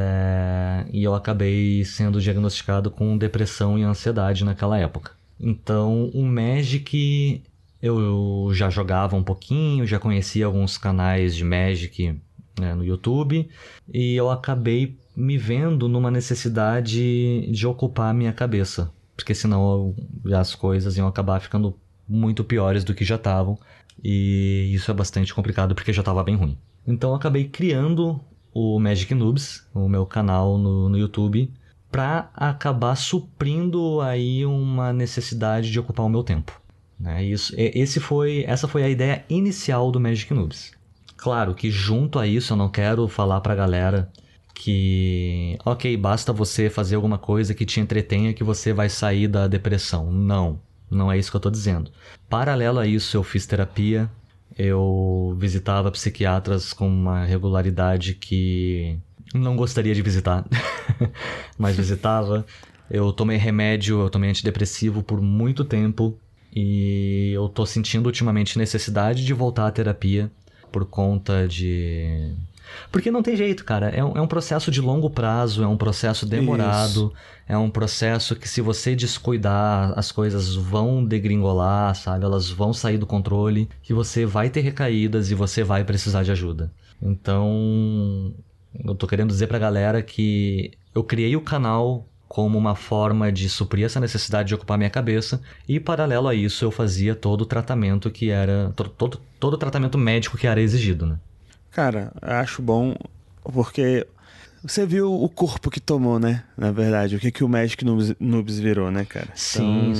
E eu acabei sendo diagnosticado com depressão e ansiedade naquela época. Então, o Magic eu já jogava um pouquinho, já conhecia alguns canais de Magic, né, no YouTube, e eu acabei me vendo numa necessidade de ocupar a minha cabeça, porque senão as coisas iam acabar ficando muito piores do que já estavam, e isso é bastante complicado porque já estava bem ruim. Então eu acabei criando o Magic Noobs, o meu canal no YouTube, para acabar suprindo aí uma necessidade de ocupar o meu tempo, né? Essa foi a ideia inicial do Magic Noobs. Claro que junto a isso eu não quero falar pra galera que, ok, basta você fazer alguma coisa que te entretenha que você vai sair da depressão. Não é isso que eu tô dizendo. Paralelo a isso, eu fiz terapia, eu visitava psiquiatras com uma regularidade que não gostaria de visitar, mas visitava. Eu tomei remédio, eu tomei antidepressivo por muito tempo e eu tô sentindo ultimamente necessidade de voltar à terapia por conta de... Porque não tem jeito, cara. É um processo de longo prazo, é um processo demorado, é um processo que se você descuidar, as coisas vão degringolar, sabe? Elas vão sair do controle, que você vai ter recaídas e você vai precisar de ajuda. Então, eu tô querendo dizer pra galera que eu criei o canal como uma forma de suprir essa necessidade de ocupar minha cabeça, e paralelo a isso eu fazia todo o tratamento que era... Todo o tratamento médico que era exigido, né? Cara, acho bom, porque você viu o corpo que tomou, né? Na verdade, o que o Magic Noobs virou, né, cara? Sim.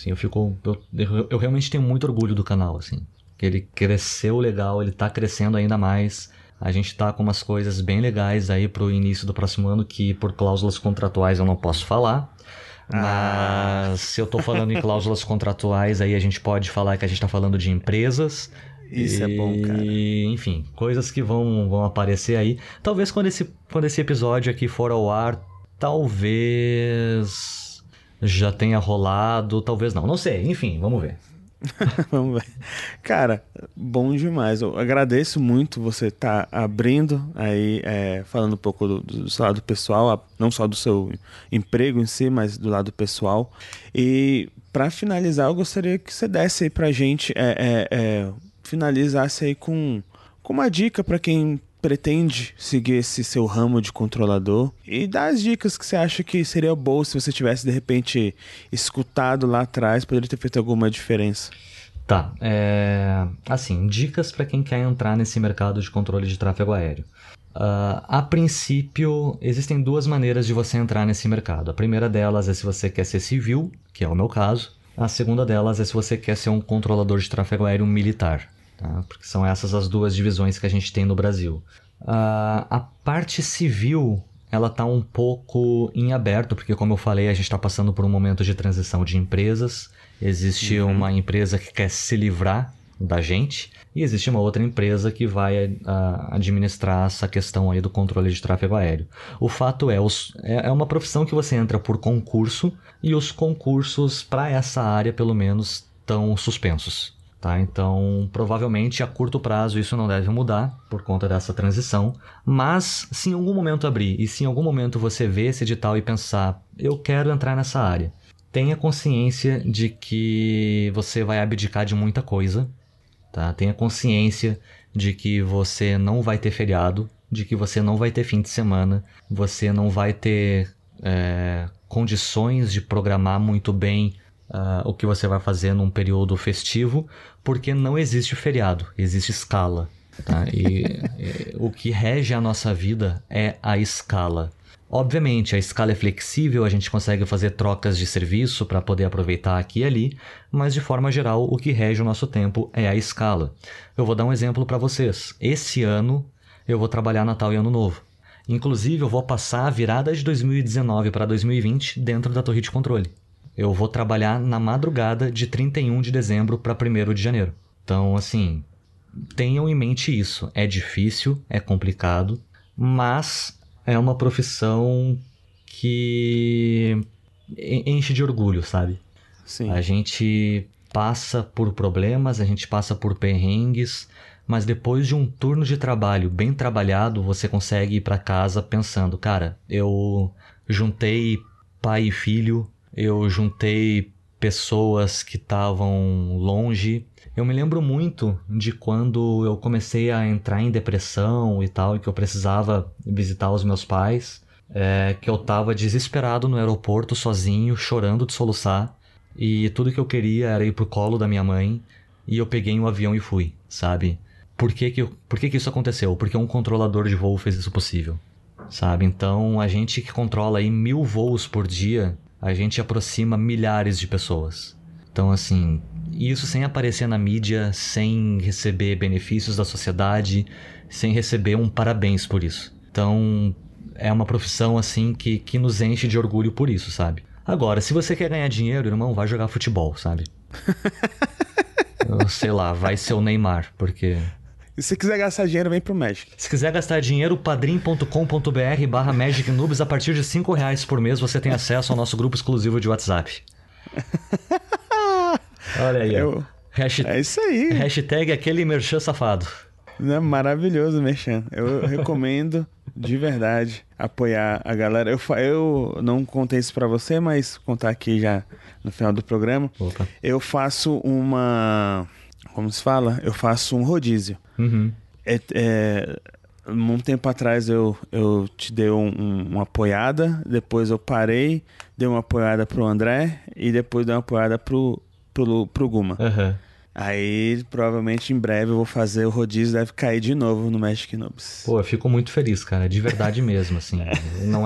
Eu realmente tenho muito orgulho do canal, assim. Que ele cresceu legal, ele tá crescendo ainda mais. A gente tá com umas coisas bem legais aí pro início do próximo ano, que por cláusulas contratuais eu não posso falar. Mas se eu tô falando em cláusulas contratuais, aí a gente pode falar que a gente tá falando de empresas. Isso é bom, cara. Enfim, coisas que vão aparecer aí. Talvez quando esse episódio aqui for ao ar, talvez já tenha rolado, talvez não. Não sei, enfim, vamos ver. Vamos ver. Cara, bom demais. Eu agradeço muito você estar abrindo aí, falando um pouco do seu lado pessoal, não só do seu emprego em si, mas do lado pessoal. E para finalizar, eu gostaria que você desse aí pra gente, finalizasse aí com uma dica para quem pretende seguir esse seu ramo de controlador, e dar as dicas que você acha que seria boa se você tivesse de repente escutado lá atrás, poderia ter feito alguma diferença. Tá, assim, dicas para quem quer entrar nesse mercado de controle de tráfego aéreo. A princípio, existem duas maneiras de você entrar nesse mercado. A primeira delas é se você quer ser civil, que é o meu caso. A segunda delas é se você quer ser um controlador de tráfego aéreo militar. Tá? Porque são essas as duas divisões que a gente tem no Brasil. A parte civil, ela está um pouco em aberto, porque como eu falei, a gente está passando por um momento de transição de empresas. Existe uma empresa que quer se livrar da gente, e existe uma outra empresa que vai administrar essa questão aí do controle de tráfego aéreo. O fato é uma profissão que você entra por concurso, e os concursos para essa área, pelo menos, estão suspensos. Tá? Então, provavelmente a curto prazo isso não deve mudar por conta dessa transição, mas se em algum momento abrir, e se em algum momento você ver esse edital e pensar, eu quero entrar nessa área, tenha consciência de que você vai abdicar de muita coisa, tá? Tenha consciência de que você não vai ter feriado, de que você não vai ter fim de semana, você não vai ter condições de programar muito bem o que você vai fazer num período festivo, porque não existe feriado, existe escala. Tá? E o que rege a nossa vida é a escala. Obviamente, a escala é flexível, a gente consegue fazer trocas de serviço para poder aproveitar aqui e ali, mas de forma geral, o que rege o nosso tempo é a escala. Eu vou dar um exemplo para vocês. Esse ano, eu vou trabalhar Natal e Ano Novo. Inclusive, eu vou passar a virada de 2019 para 2020 dentro da torre de controle. Eu vou trabalhar na madrugada de 31 de dezembro para 1º de janeiro. Então, assim, tenham em mente isso. É difícil, é complicado, mas é uma profissão que enche de orgulho, sabe? Sim. A gente passa por problemas, a gente passa por perrengues, mas depois de um turno de trabalho bem trabalhado, você consegue ir para casa pensando, cara, eu juntei pai e filho, eu juntei pessoas que estavam longe. Eu me lembro muito de quando eu comecei a entrar em depressão e tal, e que eu precisava visitar os meus pais, que eu tava desesperado no aeroporto, sozinho, chorando de soluçar, e tudo que eu queria era ir pro colo da minha mãe, e eu peguei um avião e fui, sabe? Por que isso aconteceu? Porque um controlador de voo fez isso possível, sabe? Então, a gente que controla aí 1000 voos por dia, a gente aproxima milhares de pessoas. Então, assim, isso sem aparecer na mídia, sem receber benefícios da sociedade, sem receber um parabéns por isso. Então, é uma profissão, assim, que nos enche de orgulho por isso, sabe? Agora, se você quer ganhar dinheiro, irmão, vai jogar futebol, sabe? Sei lá, vai ser o Neymar, porque... E se quiser gastar dinheiro, vem pro Magic. Se quiser gastar dinheiro, padrim.com.br/Magic Noobs. A partir de R$5 por mês você tem acesso ao nosso grupo exclusivo de WhatsApp. Olha aí, ó. É isso aí. Hashtag aquele merchan safado. É maravilhoso, Merchan. Eu recomendo de verdade apoiar a galera. Eu não contei isso pra você, mas contar aqui já no final do programa. Opa. Eu faço uma... Como se fala? Eu faço um rodízio. Uhum. Um tempo atrás eu te dei uma apoiada, depois eu parei, dei uma apoiada pro André e depois dei uma apoiada pro Guma. Uhum. Aí, provavelmente, em breve eu vou fazer o rodízio, deve cair de novo no Magic Noobs. Pô, eu fico muito feliz, cara, de verdade mesmo, assim. Não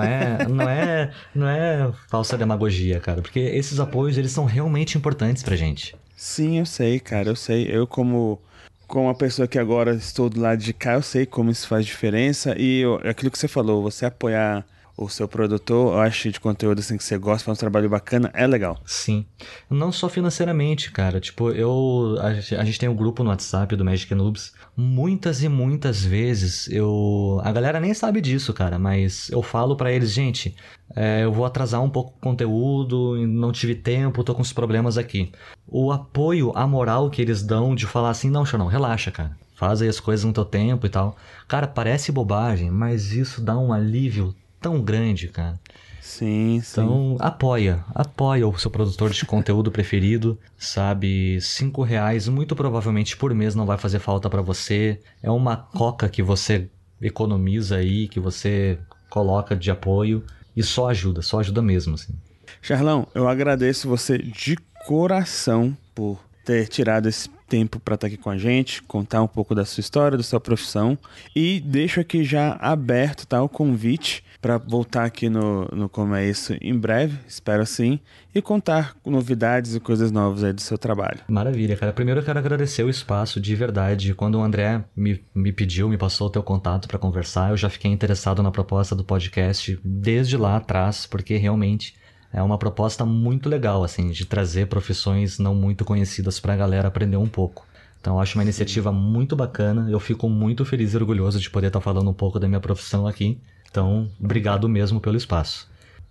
é falsa demagogia, cara, porque esses apoios, eles são realmente importantes pra gente. Sim, eu sei, cara, eu sei. Eu, como uma pessoa que agora estou do lado de cá, eu sei como isso faz diferença. E aquilo que você falou, você apoiar o seu produtor, eu acho, de conteúdo assim que você gosta, faz um trabalho bacana, é legal. Sim. Não só financeiramente, cara. Tipo, a gente tem um grupo no WhatsApp do Magic Noobs. Muitas e muitas vezes a galera nem sabe disso, cara, mas eu falo pra eles, gente, eu vou atrasar um pouco o conteúdo, não tive tempo, tô com uns problemas aqui. O apoio, a moral que eles dão de falar assim, não, Xanão, relaxa, cara. Faz aí as coisas no teu tempo e tal. Cara, parece bobagem, mas isso dá um alívio tão grande, cara. Sim, sim. Então, apoia o seu produtor de conteúdo preferido, sabe? R$5 muito provavelmente por mês não vai fazer falta pra você. É uma coca que você economiza aí, que você coloca de apoio e só ajuda mesmo, assim. Charlão, eu agradeço você de coração por ter tirado esse tempo para estar aqui com a gente, contar um pouco da sua história, da sua profissão, e deixo aqui já aberto, tá, o convite para voltar aqui no Como é Isso em breve, espero sim, e contar novidades e coisas novas aí do seu trabalho. Maravilha, cara. Primeiro eu quero agradecer o espaço de verdade. Quando o André me pediu, me passou o teu contato para conversar, eu já fiquei interessado na proposta do podcast desde lá atrás, porque realmente é uma proposta muito legal, assim, de trazer profissões não muito conhecidas pra galera aprender um pouco. Então, eu acho uma iniciativa muito bacana. Eu fico muito feliz e orgulhoso de poder estar falando um pouco da minha profissão aqui. Então, obrigado mesmo pelo espaço.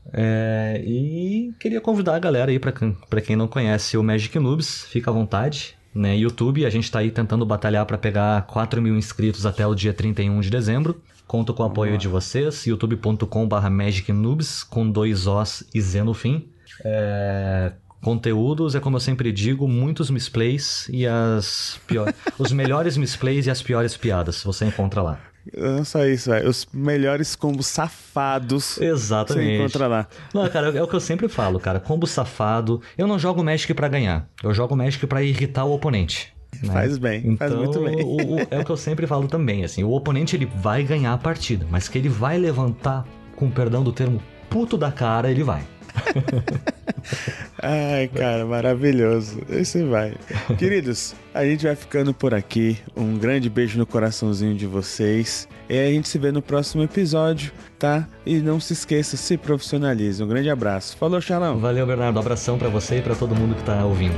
E queria convidar a galera aí, pra quem não conhece o Magic Noobs, fica à vontade, né? YouTube, a gente tá aí tentando batalhar pra pegar 4.000 inscritos até o dia 31 de dezembro. Conto com o apoio de vocês, youtube.com/magicnoobs, com 2 Os e Z no fim. Conteúdos, como eu sempre digo, muitos misplays e os melhores misplays e as piores piadas, você encontra lá. Não só isso, velho. Os melhores combos safados. Exatamente. Você encontra lá. Não, cara, é o que eu sempre falo, cara. Combo safado. Eu não jogo Magic pra ganhar. Eu jogo Magic pra irritar o oponente. Né? Faz bem, faz muito bem. É o que eu sempre falo também, assim, o oponente ele vai ganhar a partida, mas que ele vai levantar, com perdão do termo, puto da cara, ele vai. Ai, cara, maravilhoso. Esse vai. Queridos, a gente vai ficando por aqui. Um grande beijo no coraçãozinho de vocês. E a gente se vê no próximo episódio, tá? E não se esqueça, se profissionalize. Um grande abraço. Falou, Xalão. Valeu, Bernardo. Abração pra você e pra todo mundo que tá ouvindo.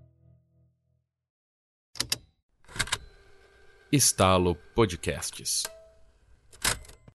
Estalo Podcasts.